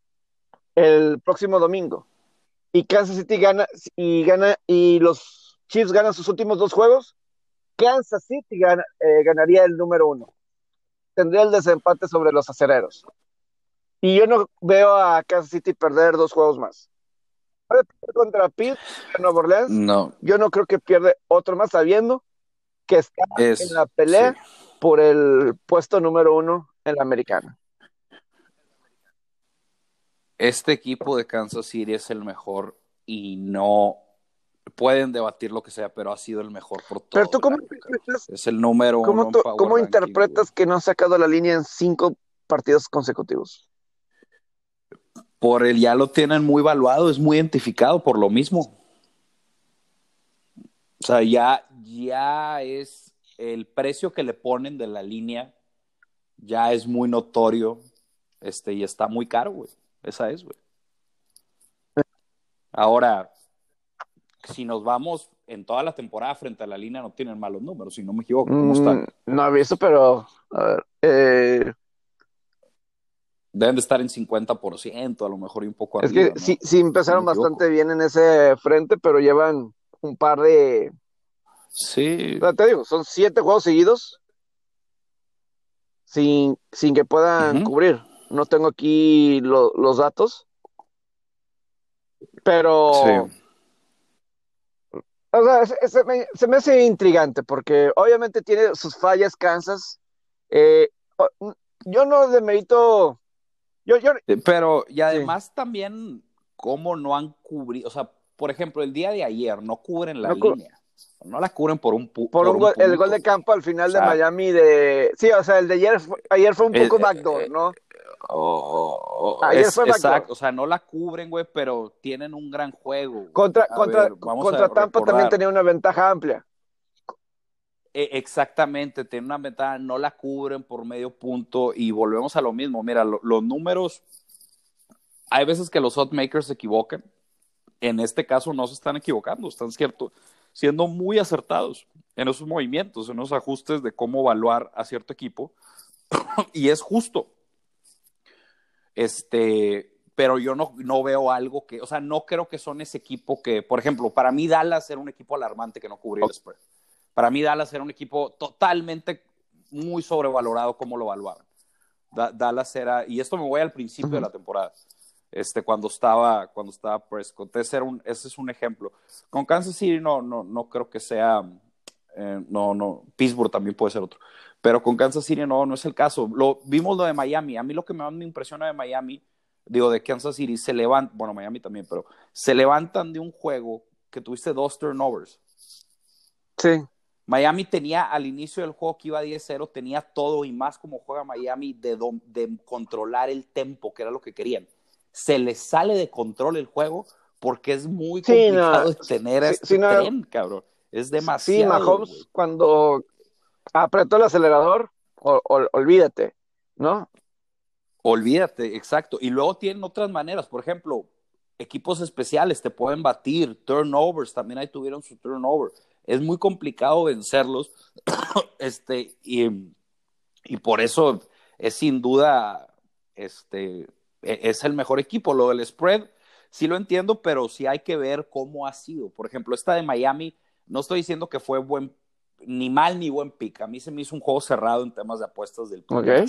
el próximo domingo y Kansas City gana y los Chiefs ganan sus últimos dos juegos. Kansas City ganaría el número uno. Tendría el desempate sobre los acereros. Y yo no veo a Kansas City perder dos juegos más. Puede perder contra Pitt, Nueva Orleans. No, Yo no creo que pierde otro más sabiendo que está en la sí. pelea por el puesto número uno en la americana. Este equipo de Kansas City es el mejor y no pueden debatir lo que sea, pero ha sido el mejor por Pero tú, todo el año, cabrón. Es el número cómo, uno en Power cómo Rankings, güey. interpretas que no ha sacado la línea en 5 partidos consecutivos? Por el ya lo tienen muy evaluado, es muy identificado por lo mismo. O sea, ya es el precio que le ponen de la línea, ya es muy notorio, y está muy caro, güey. Esa es, güey. Ahora, si nos vamos en toda la temporada frente a la línea, no tienen malos números, si no me equivoco. ¿Cómo están? No he visto, pero a ver, Deben de estar en 50%, a lo mejor y un poco es que arriba, sí, ¿no? sí Si no empezaron me equivoco. bastante bien en ese frente, pero llevan un par de, Sí. o sea, te digo, son 7 juegos seguidos sin que puedan Uh-huh. cubrir. No tengo aquí los datos, Sí. pero o sea, se me hace intrigante porque obviamente tiene sus fallas, Kansas. Eh, yo no demerito, yo, Pero, y sí, además también, cómo no han cubrido, o sea, por ejemplo, el día de ayer no cubren la no, línea, no la cubren por por por un el gol punto, de güey. campo al O final de sea, Miami sí, o sea, el de ayer, ayer fue un eh, poco backdoor, eh, ¿no? Ayer es fue backdoor. exacto, o sea, no la cubren, güey, pero tienen un gran juego, güey. A ver, vamos a Contra Tampa también recordar. tenía una ventaja amplia. Exactamente, tienen una ventaja, no la cubren por medio punto y volvemos a lo mismo. Mira, los números, hay veces que los odds makers se equivocan. En este caso no se están equivocando, están cierto. siendo muy acertados en esos movimientos, en esos ajustes de cómo evaluar a cierto equipo, y es justo. Pero yo no veo algo que, o sea, no creo que son ese equipo que, por ejemplo, para mí Dallas era un equipo alarmante que no cubría el spread. Para mí Dallas era un equipo totalmente muy sobrevalorado como lo evaluaban. Dallas era, y esto me voy al principio de la temporada, cuando estaba Prescott. Ese es un ejemplo. Con Kansas City no creo que sea, no, Pittsburgh también puede ser otro. Pero con Kansas City no es el caso. Vimos lo de Miami. A mí lo que más me impresiona de Miami, de Kansas City, bueno, Miami también, pero se levantan de un juego que tuviste 2 turnovers. Sí. Miami tenía al inicio del juego que iba 10-0, tenía todo y más como juega Miami de controlar el tempo, que era lo que querían. Se les sale de control el juego porque es muy complicado de tener a este tren, cabrón. Es demasiado. Sí, Mahomes, cuando apretó el acelerador, olvídate, ¿no? Olvídate, exacto. Y luego tienen otras maneras. Por ejemplo, equipos especiales te pueden batir, turnovers, también ahí tuvieron su turnover. Es muy complicado vencerlos. Y por eso es sin duda, es el mejor equipo. Lo del spread, sí lo entiendo, pero sí hay que ver cómo ha sido. Por ejemplo, esta de Miami, no estoy diciendo que fue ni mal ni buen pick. A mí se me hizo un juego cerrado en temas de apuestas del pick de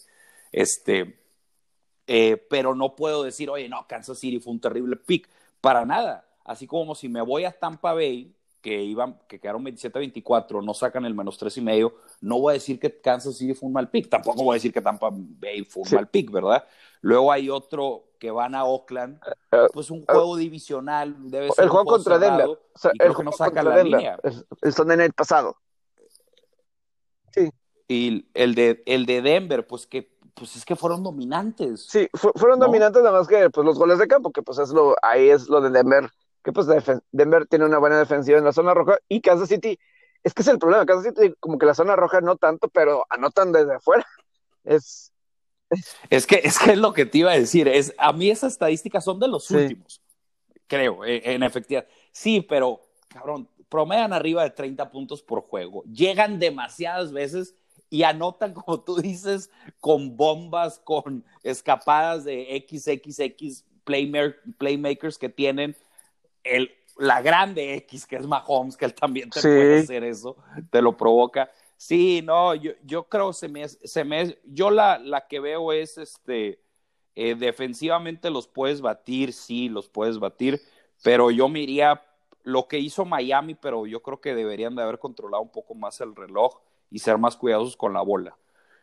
7. Pero no puedo decir, oye, no, Kansas City fue un terrible pick. Para nada. Así como si me voy a Tampa Bay, que quedaron 27-24, no sacan el -3.5, no voy a decir que Kansas City fue un mal pick, tampoco voy a decir que Tampa Bay fue un mal pick, ¿verdad? Luego hay otro que van a Oakland, pues un juego divisional, debe ser el juego contra Denver, o sea, y creo que no sacan la línea. El Sunday Night pasado. Sí. Y el de Denver, pues es que fueron dominantes. Sí, fueron dominantes, nada más que pues los goles de campo, que pues ahí es lo de Denver, que pues Denver tiene una buena defensiva en la zona roja, y Kansas City, es que es el problema, Kansas City como que la zona roja no tanto, pero anotan desde afuera. Es que es lo que te iba a decir, a mí esas estadísticas son de los últimos, creo, en efectividad. Sí, pero, cabrón, promedian arriba de 30 puntos por juego, llegan demasiadas veces y anotan, como tú dices, con bombas, con escapadas de XXX playmakers que tienen la grande X, que es Mahomes, que él también te puede hacer eso, te lo provoca. Sí, no, yo creo yo la que veo es defensivamente los puedes batir, sí, los puedes batir, pero yo me iría lo que hizo Miami, pero yo creo que deberían de haber controlado un poco más el reloj y ser más cuidadosos con la bola.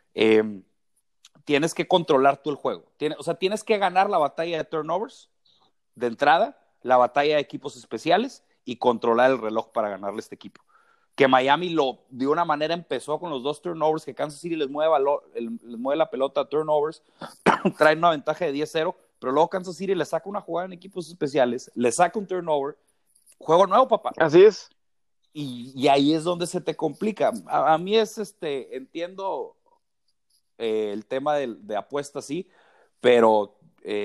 Tienes que controlar tú el juego. O sea, tienes que ganar la batalla de turnovers de entrada, la batalla de equipos especiales y controlar el reloj para ganarle a este equipo. Que Miami de una manera empezó con los 2 turnovers, que Kansas City les mueve la pelota a turnovers, traen una ventaja de 10-0, pero luego Kansas City le saca una jugada en equipos especiales, le saca un turnover, juego nuevo, papá. Así es. Y ahí es donde se te complica. A mí entiendo el tema de apuestas, sí, pero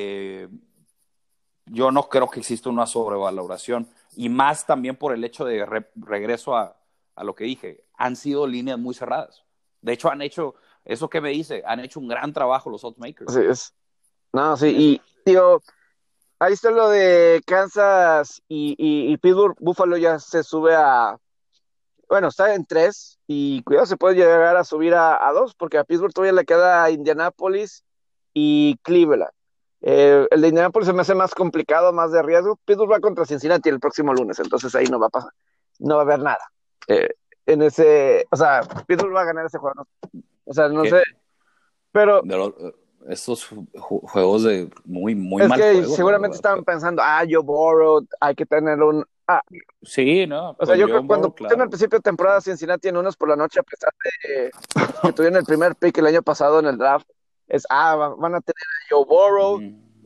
yo no creo que exista una sobrevaloración, y más también por el hecho de regreso a lo que dije, han sido líneas muy cerradas. De hecho, han hecho, eso que me dice, han hecho un gran trabajo los oddsmakers. Así es. No, sí, y tío, ahí está lo de Kansas y Pittsburgh. Buffalo ya se sube bueno, está en 3, y cuidado, se puede llegar a subir a 2, porque a Pittsburgh todavía le queda Indianapolis y Cleveland. El de Indianapolis se me hace más complicado, más de riesgo. Pittsburgh va contra Cincinnati el próximo lunes, entonces ahí no va a pasar, no va a haber nada. O sea, Pittsburgh va a ganar ese juego, ¿no? O sea, no sé, pero estos juegos de muy es mal que juego, seguramente estaban pensando, Joe Burrow, hay que tener sí, ¿no? O sea, yo creo que cuando pusieron al principio de temporada Cincinnati en unos por la noche, a pesar de que tuvieron el primer pick el año pasado en el draft, van a tener a Joe Burrow,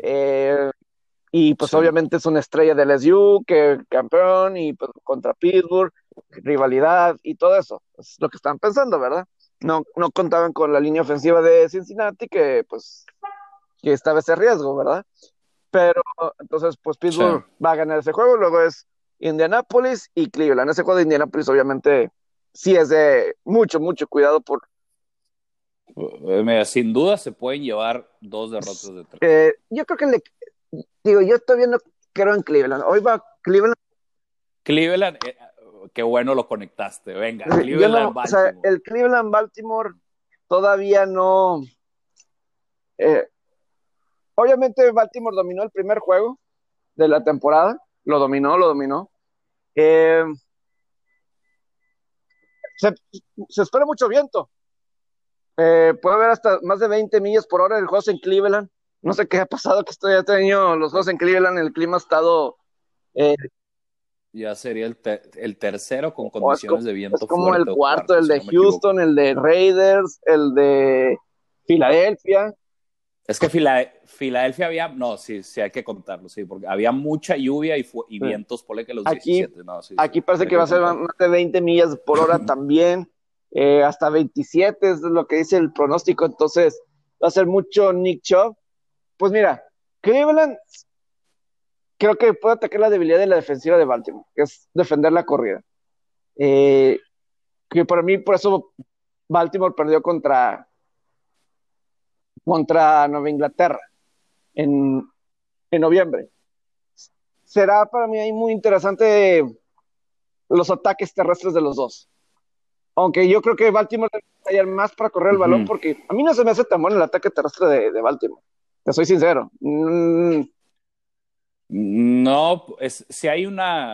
y pues obviamente es una estrella del LSU, que campeón, y pues contra Pittsburgh, rivalidad y todo eso. Es lo que están pensando, ¿verdad? No contaban con la línea ofensiva de Cincinnati, que estaba ese riesgo, ¿verdad? Pero entonces, pues Pittsburgh va a ganar ese juego, luego es Indianapolis y Cleveland. Ese juego de Indianapolis obviamente sí es de mucho, mucho cuidado por... Mira, sin duda se pueden llevar 2 derrotas de 3. Yo creo que yo todavía no creo en Cleveland. Hoy va Cleveland. Cleveland, qué bueno lo conectaste. Venga, Yo no, Cleveland, o sea, Baltimore. el Cleveland-Baltimore todavía no... eh, obviamente Baltimore dominó el primer juego de la temporada, lo dominó. Eh, se, se espera mucho viento, puede haber hasta más de 20 millas por hora el juego en Cleveland. No sé qué ha pasado, que estoy ya tenido los juegos en Cleveland, el clima ha estado... eh, Ya sería el tercero con o condiciones de es viento como el fuerte o cuarto, cuarto, el si de no me equivoco. Houston, el de Raiders, el de Filadelfia. Es que Filadelfia había, no, sí, sí hay que contarlo, sí, porque había mucha lluvia y vientos, ponle que los Aquí, 17, no, sí, sí, aquí sí parece hay que va que a ser contarlo. más de 20 millas por hora también, hasta 27 es lo que dice el pronóstico, entonces va a ser mucho Nick Chubb. Pues mira, Cleveland creo que puede atacar la debilidad de la defensiva de Baltimore, que es defender la corrida. Eh, que para mí, por eso Baltimore perdió contra Nueva Inglaterra en, en noviembre. Será para mí ahí muy interesante los ataques terrestres de los dos. Aunque yo creo que Baltimore debe batallar más para correr el balón, Ujú. porque a mí no se me hace tan bueno el ataque terrestre de Baltimore. Te soy sincero. No, si hay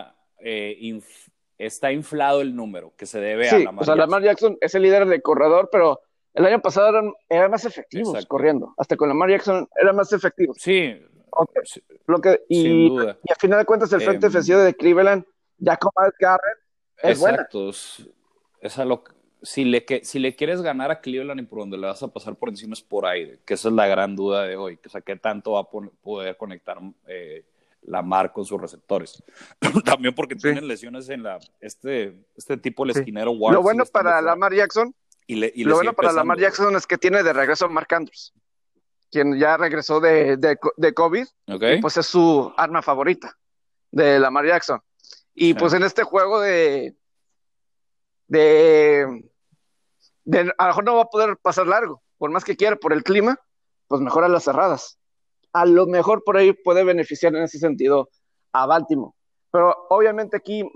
está inflado el número que se debe a Sí, o Lamar sea, Lamar Jackson. Jackson es el líder de corredor, pero el año pasado eran más efectivos Exacto. corriendo. Hasta con Lamar Jackson eran más efectivos. Sí, Okay. sí, sin Y duda. a final de cuentas, el frente ofensivo de Cleveland, ya con Miles Garrett, es buena. Exacto. Si le quieres ganar a Cleveland y por donde le vas a pasar por encima es por aire, que esa es la gran duda de hoy. O sea, qué tanto va a poder conectar Lamar con sus receptores. También porque Sí, tienen lesiones en este tipo, el sí. esquinero Lo Ward, sigue bueno estando para fuera. Lamar Jackson, Y le lo sigue bueno para Lamar pesando, güey. Jackson es que tiene de regreso a Mark Andrews, quien ya regresó de COVID, ¿Ok? y pues es su arma favorita de Lamar Jackson. Y Sí. pues en este juego de, a lo mejor no va a poder pasar largo, por más que quiera, por el clima, pues mejor a las cerradas. A lo mejor por ahí puede beneficiar en ese sentido a Baltimore. Pero obviamente aquí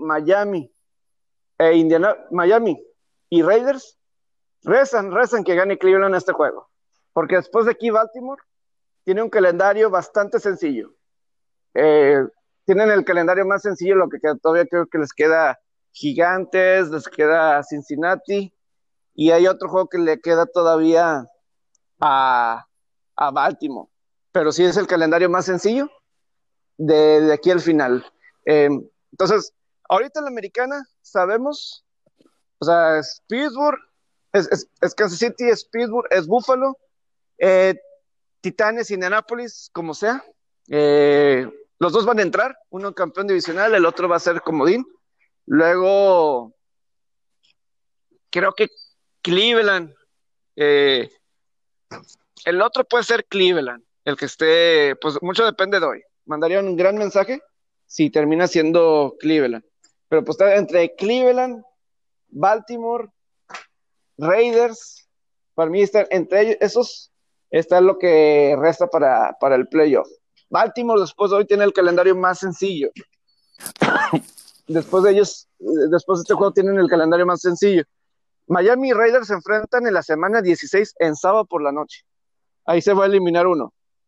Miami y Raiders rezan que gane Cleveland este juego. Porque después de aquí Baltimore tiene un calendario bastante sencillo. Eh, Tienen el calendario más sencillo, lo que todavía creo que les queda Gigantes, les queda Cincinnati, y hay otro juego que le queda todavía a, a Baltimore. Pero sí es el calendario más sencillo de aquí al final. Eh, entonces, ahorita en la americana sabemos, o sea, es Pittsburgh, es Kansas City, es Pittsburgh, es Buffalo, eh, Titanes, Indianapolis, como sea. Los dos van a entrar, uno campeón divisional, el otro va a ser comodín. Luego, creo que Cleveland, eh, el otro puede ser Cleveland, el que esté, pues mucho depende de hoy. Mandaría un gran mensaje si termina siendo Cleveland. Pero pues está entre Cleveland, Baltimore, Raiders, para mí está, entre ellos, esos está lo que resta para el playoff. Baltimore después de hoy tiene el calendario más sencillo. Después de ellos, después de este juego tienen el calendario más sencillo. Miami y Raiders se enfrentan en la semana 16 en sábado por la noche. Ahí se va a eliminar uno.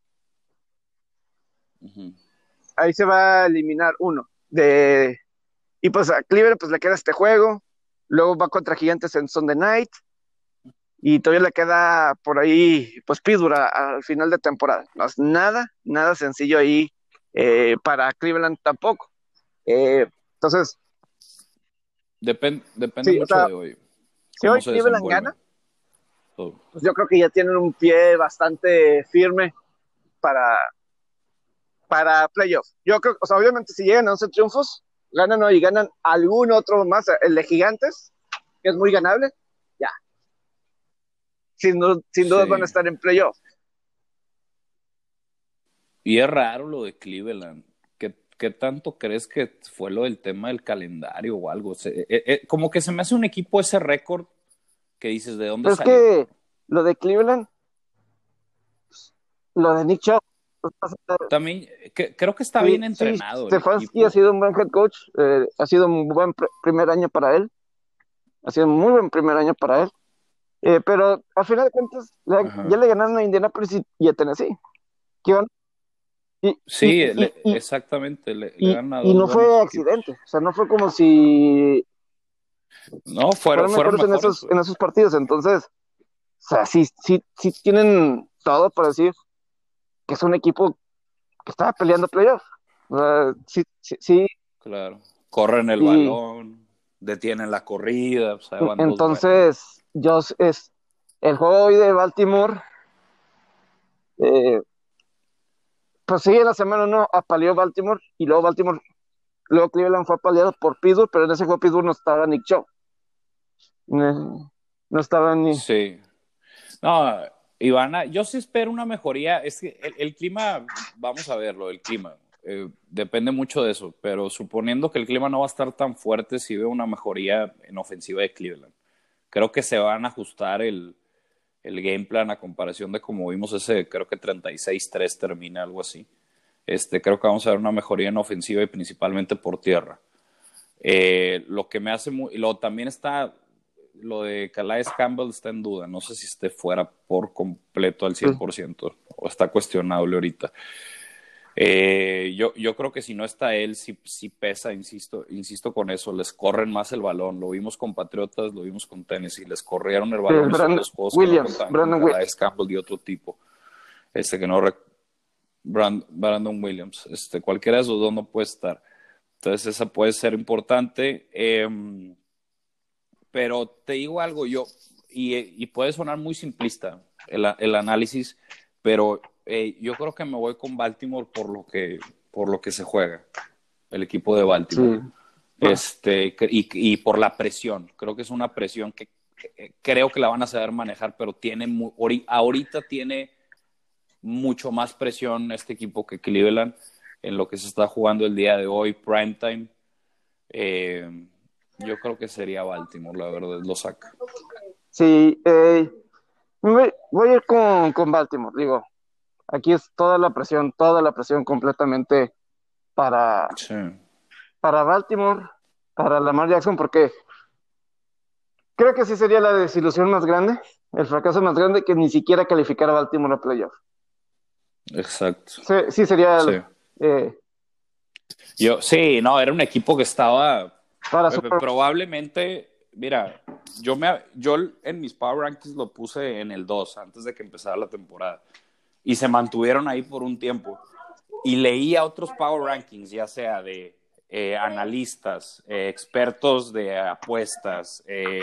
Uh-huh. Ahí se va a eliminar uno. Y pues a Cleveland pues le queda este juego. Luego va contra Gigantes en Sunday Night. Y todavía le queda por ahí, pues Pittsburgh al final de temporada. No es nada sencillo ahí para Cleveland tampoco. Entonces, Depende sí, o mucho sea, de hoy, si cómo hoy se Cleveland gana, desenvuelven. Todo. pues yo creo que ya tienen un pie bastante firme para, para playoff. Yo creo, o sea, obviamente si llegan a 11 triunfos, ganan hoy y ganan algún otro más, el de Gigantes, que es muy ganable, ya, sin duda van a Sí. estar en playoff. Y es raro lo de Cleveland. ¿qué tanto crees que fue lo del tema del calendario o algo? Como que se me hace un equipo ese récord que dices, ¿de dónde Pero es salió? que lo de Cleveland, lo de Nick Chubb, También creo que está sí, bien sí, entrenado el Stefanski ha equipo. sido un buen head coach, ha sido un buen primer año para él, ha sido un muy buen primer año para él, pero al final de cuentas ya Ajá. le ganaron a Indianapolis y a Tennessee, que iban- y, y, Sí, y, y, exactamente, le y, ganan a y dos no fue buenos equipos. accidente, o sea, no fue como si No, fueron fueron mejores mejores, güey. en esos partidos, entonces, o sea, sí tienen todo para decir que es un equipo que estaba peleando playoff. O sea, sí, Claro. Corren el sí. balón, detienen la corrida, o sea, van dos buenos. Entonces, el juego hoy de Baltimore, eh, pues sí, en la semana uno apaleó Baltimore y luego Cleveland fue apaleado por Pittsburgh, pero en ese juego Pittsburgh no estaba Nick Chubb, no estaba ni. Sí. No, Ivana, yo sí espero una mejoría. Es que el clima, vamos a verlo, el clima. Depende mucho de eso, pero suponiendo que el clima no va a estar tan fuerte, sí veo una mejoría en ofensiva de Cleveland. Creo que se van a ajustar el game plan a comparación de como vimos ese, creo que 36-3 termina, algo así. Creo que vamos a ver una mejoría en ofensiva y principalmente por tierra. Lo que me hace muy. También está. Lo de Calais Campbell está en duda. No sé si esté fuera por completo al Sí, 100% o está cuestionable ahorita. Yo creo que si no está él, sí pesa, insisto con eso. Les corren más el balón. Lo vimos con Patriotas, lo vimos con Tennessee. Les corrieron el sí, balón y son dos juegos que no contaban con Brandon Williams. Calais Campbell y otro tipo. Que no. Brandon Williams. Cualquiera de esos dos no puede estar. Entonces, esa puede ser importante. Pero te digo algo, y puede sonar muy simplista el análisis, pero yo creo que me voy con Baltimore por lo que se juega, el equipo de Sí, Baltimore. bueno, Y por la presión. Creo que es una presión que creo que la van a saber manejar, pero ahorita tiene mucho más presión este equipo que Cleveland en lo que se está jugando el día de hoy, primetime. Eh, yo creo que sería Baltimore, la verdad, lo saca. sí, voy a ir con Baltimore, digo, aquí es toda la presión completamente para, Sí. para Baltimore, para Lamar Jackson, porque creo que sí sería la desilusión más grande, el fracaso más grande que ni siquiera calificar a Baltimore a playoff. Exacto. Sí, sí sería Sí. eh, Sí, no, era un equipo que estaba para Super. probablemente, mira, yo en mis Power Rankings lo puse en el 2 antes de que empezara la temporada y se mantuvieron ahí por un tiempo y leía otros Power Rankings, ya sea de analistas, expertos de apuestas,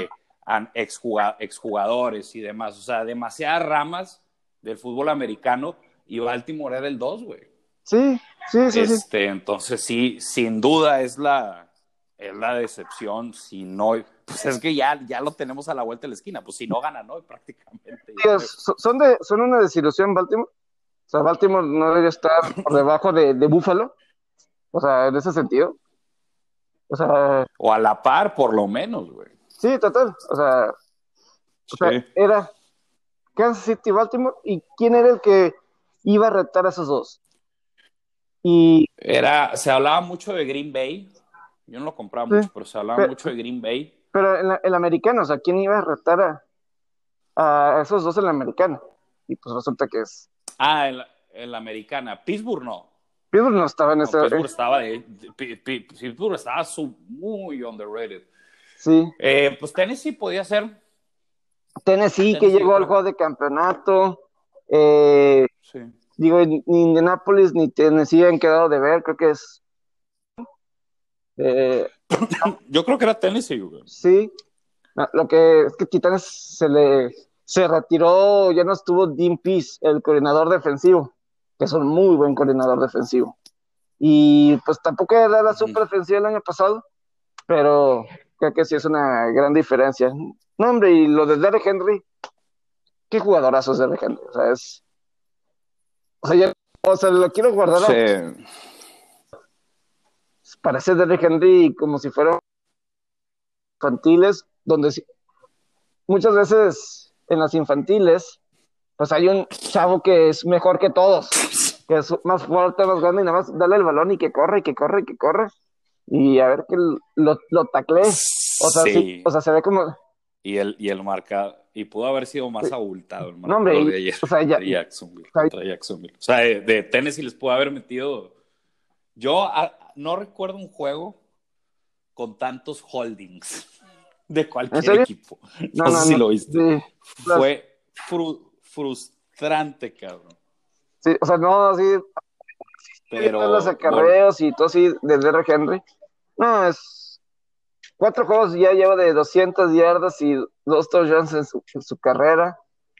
exjugadores y demás, o sea, demasiadas ramas del fútbol americano y Baltimore era el 2, güey. Sí, sí. Entonces sí, sin duda es la decepción. Si no, pues es que ya lo tenemos a la vuelta de la esquina. Pues si no ganan hoy, prácticamente, yo Tío, creo. son una desilusión Baltimore. O sea, Baltimore no debería estar por debajo de Buffalo. O sea, en ese sentido. O sea, O a la par, por lo menos, güey. sí, total. O sea, Sí. era Kansas City, Baltimore, y quién era el que iba a retar a esos dos. Y Se hablaba mucho de Green Bay. Yo no lo compraba sí, mucho, pero se hablaba pe- mucho de Green Bay. pero en el americano, o sea, ¿quién iba a retar a esos dos en la americana? Y pues resulta que es. En la americana. Pittsburgh no. Pittsburgh no estaba en No, ese. Pittsburgh estaba muy underrated. Sí. Pues Tennessee podía ser. Tennessee que Tennessee, yo llegó al creo. juego de campeonato. Eh, Sí. Digo, ni Indianapolis ni Tennessee han quedado de ver, creo que es. eh, Yo creo que era Tennessee, güey. sí. No, lo que es que Titanes se retiró, ya no estuvo Dean Pease, el coordinador defensivo, que es un muy buen coordinador defensivo. Y pues tampoco era la Uh-huh. super defensiva el año pasado, pero creo que sí es una gran diferencia. No, hombre, y lo de Derrick Henry, qué jugadorazo es Derrick Henry. O sea, lo quiero guardar. Sí. parece Derrick Henry como si fueran infantiles, donde muchas veces en las infantiles, pues hay un chavo que es mejor que todos, que es más fuerte, más grande, y nada más darle el balón y que corre, y que corre, y que corre, y a ver que lo taclee. O sea, sí, o Sí, sea, se ve como, y el marca, y pudo haber sido más abultado el no, hombre, marcador de ayer o sea, ya, de Jacksonville, o sea, contra Jacksonville. O sea, de Tennessee les pudo haber metido. Yo no recuerdo un juego con tantos holdings de ¿en cualquier serio? equipo. No, No sé no, si no, lo viste. sí, Fue frustrante, cabrón. sí, o sea, no, así, viendo los Pero, bueno, acarreos y todo así de Derrick Henry, no, es 4 juegos ya lleva de 200 yardas y 2 touchdowns en su carrera.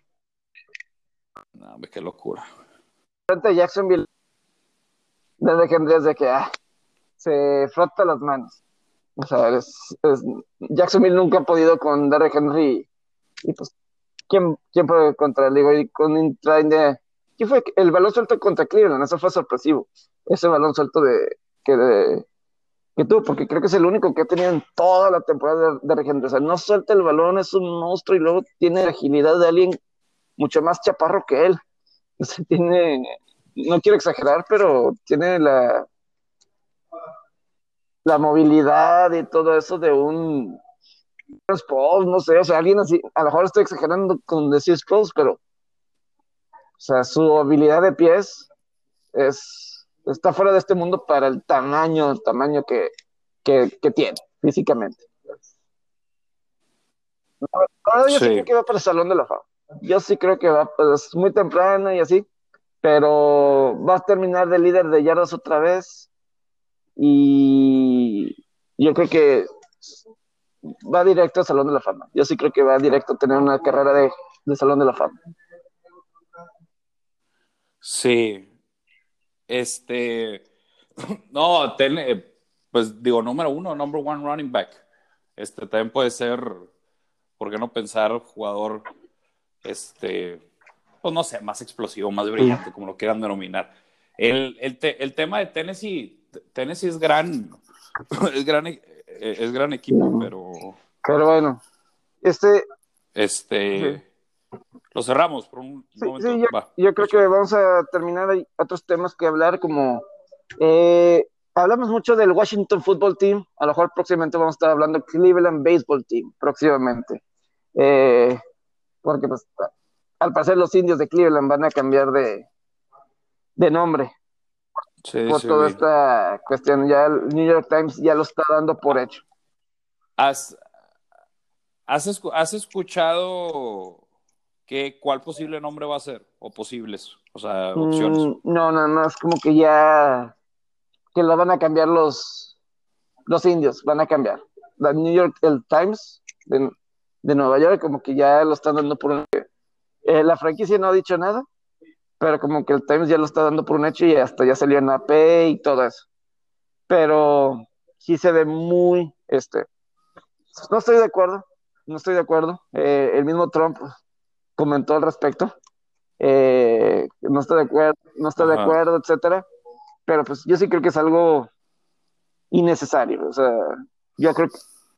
no, qué locura. Frente a Jacksonville, Derrick Henry es de que se frota las manos. O sea, Jacksonville nunca ha podido con Derrick Henry y pues, ¿quién puede contra él? Digo, y con un try de... ¿Quién fue? El balón suelto contra Cleveland, eso fue sorpresivo. Ese balón suelto que tuvo, porque creo que es el único que ha tenido en toda la temporada de Derrick Henry. O sea, no suelta el balón, es un monstruo y luego tiene la agilidad de alguien mucho más chaparro que él. O sea, no quiero exagerar, pero tiene la movilidad y todo eso de un Sproles, no sé, o sea, alguien así, a lo mejor estoy exagerando con decir Sproles, pero, o sea, su habilidad de pies está fuera de este mundo para el tamaño que tiene físicamente. Ahora yo sí creo Sí, que va para el Salón de la Fama. Yo sí creo que va, pues, muy temprano y así, pero va a terminar de líder de yardas otra vez y yo creo que va directo al Salón de la Fama. Yo sí creo que va directo a tener una carrera de Salón de la Fama. sí. Este, no, pues digo, número uno, number one running back. También puede ser, ¿por qué no pensar jugador, este, pues no sé, más explosivo, más Sí. brillante, como lo quieran denominar? El tema de Tennessee es gran, es gran Sí. equipo, pero Pero bueno, sí, este, lo cerramos por un sí, sí, momento. yo, Va, yo creo que échale. vamos a terminar. Hay otros temas que hablar, como hablamos mucho del Washington Football Team, a lo mejor próximamente vamos a estar hablando Cleveland Baseball Team, próximamente. Eh, Porque pues al parecer los indios de Cleveland van a cambiar de nombre Sí, por sí, toda vi. esta cuestión. Ya el New York Times ya lo está dando por hecho. ¿Has, has escuchado cuál posible nombre va a ser? O posibles, o sea, opciones. No, nada más como que ya que lo van a cambiar los indios, van a cambiar. El Times de Nueva York como que ya lo están dando por un... la franquicia no ha dicho nada, pero como que el Times ya lo está dando por un hecho y hasta ya salió en AP y todo eso. Pero sí se ve muy, no estoy de acuerdo, no estoy de acuerdo. El mismo Trump comentó al respecto, no está de acuerdo, no está de Ajá. acuerdo, etcétera. Pero pues yo sí creo que es algo innecesario. O sea, yo creo que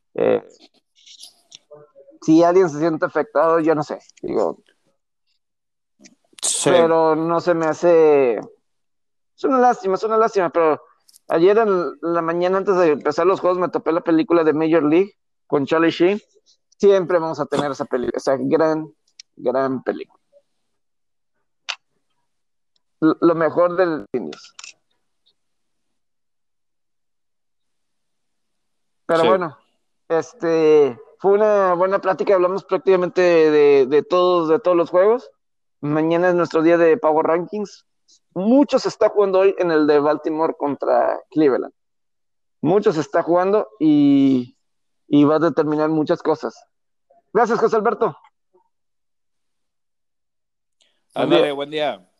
si alguien se siente afectado, yo no sé, digo, Sí. pero no se me hace, es una lástima, pero ayer en la mañana antes de empezar los juegos me topé la película de Major League con Charlie Sheen. Siempre vamos a tener esa película, o sea, gran película. Lo mejor del indios. Pero Sí. bueno, fue una buena plática, hablamos prácticamente de todos los juegos. Mañana es nuestro día de Power Rankings. Mucho se está jugando hoy en el de Baltimore contra Cleveland. Mucho se está jugando y va a determinar muchas cosas. Gracias, José Alberto. Buen día. Ándale, buen día.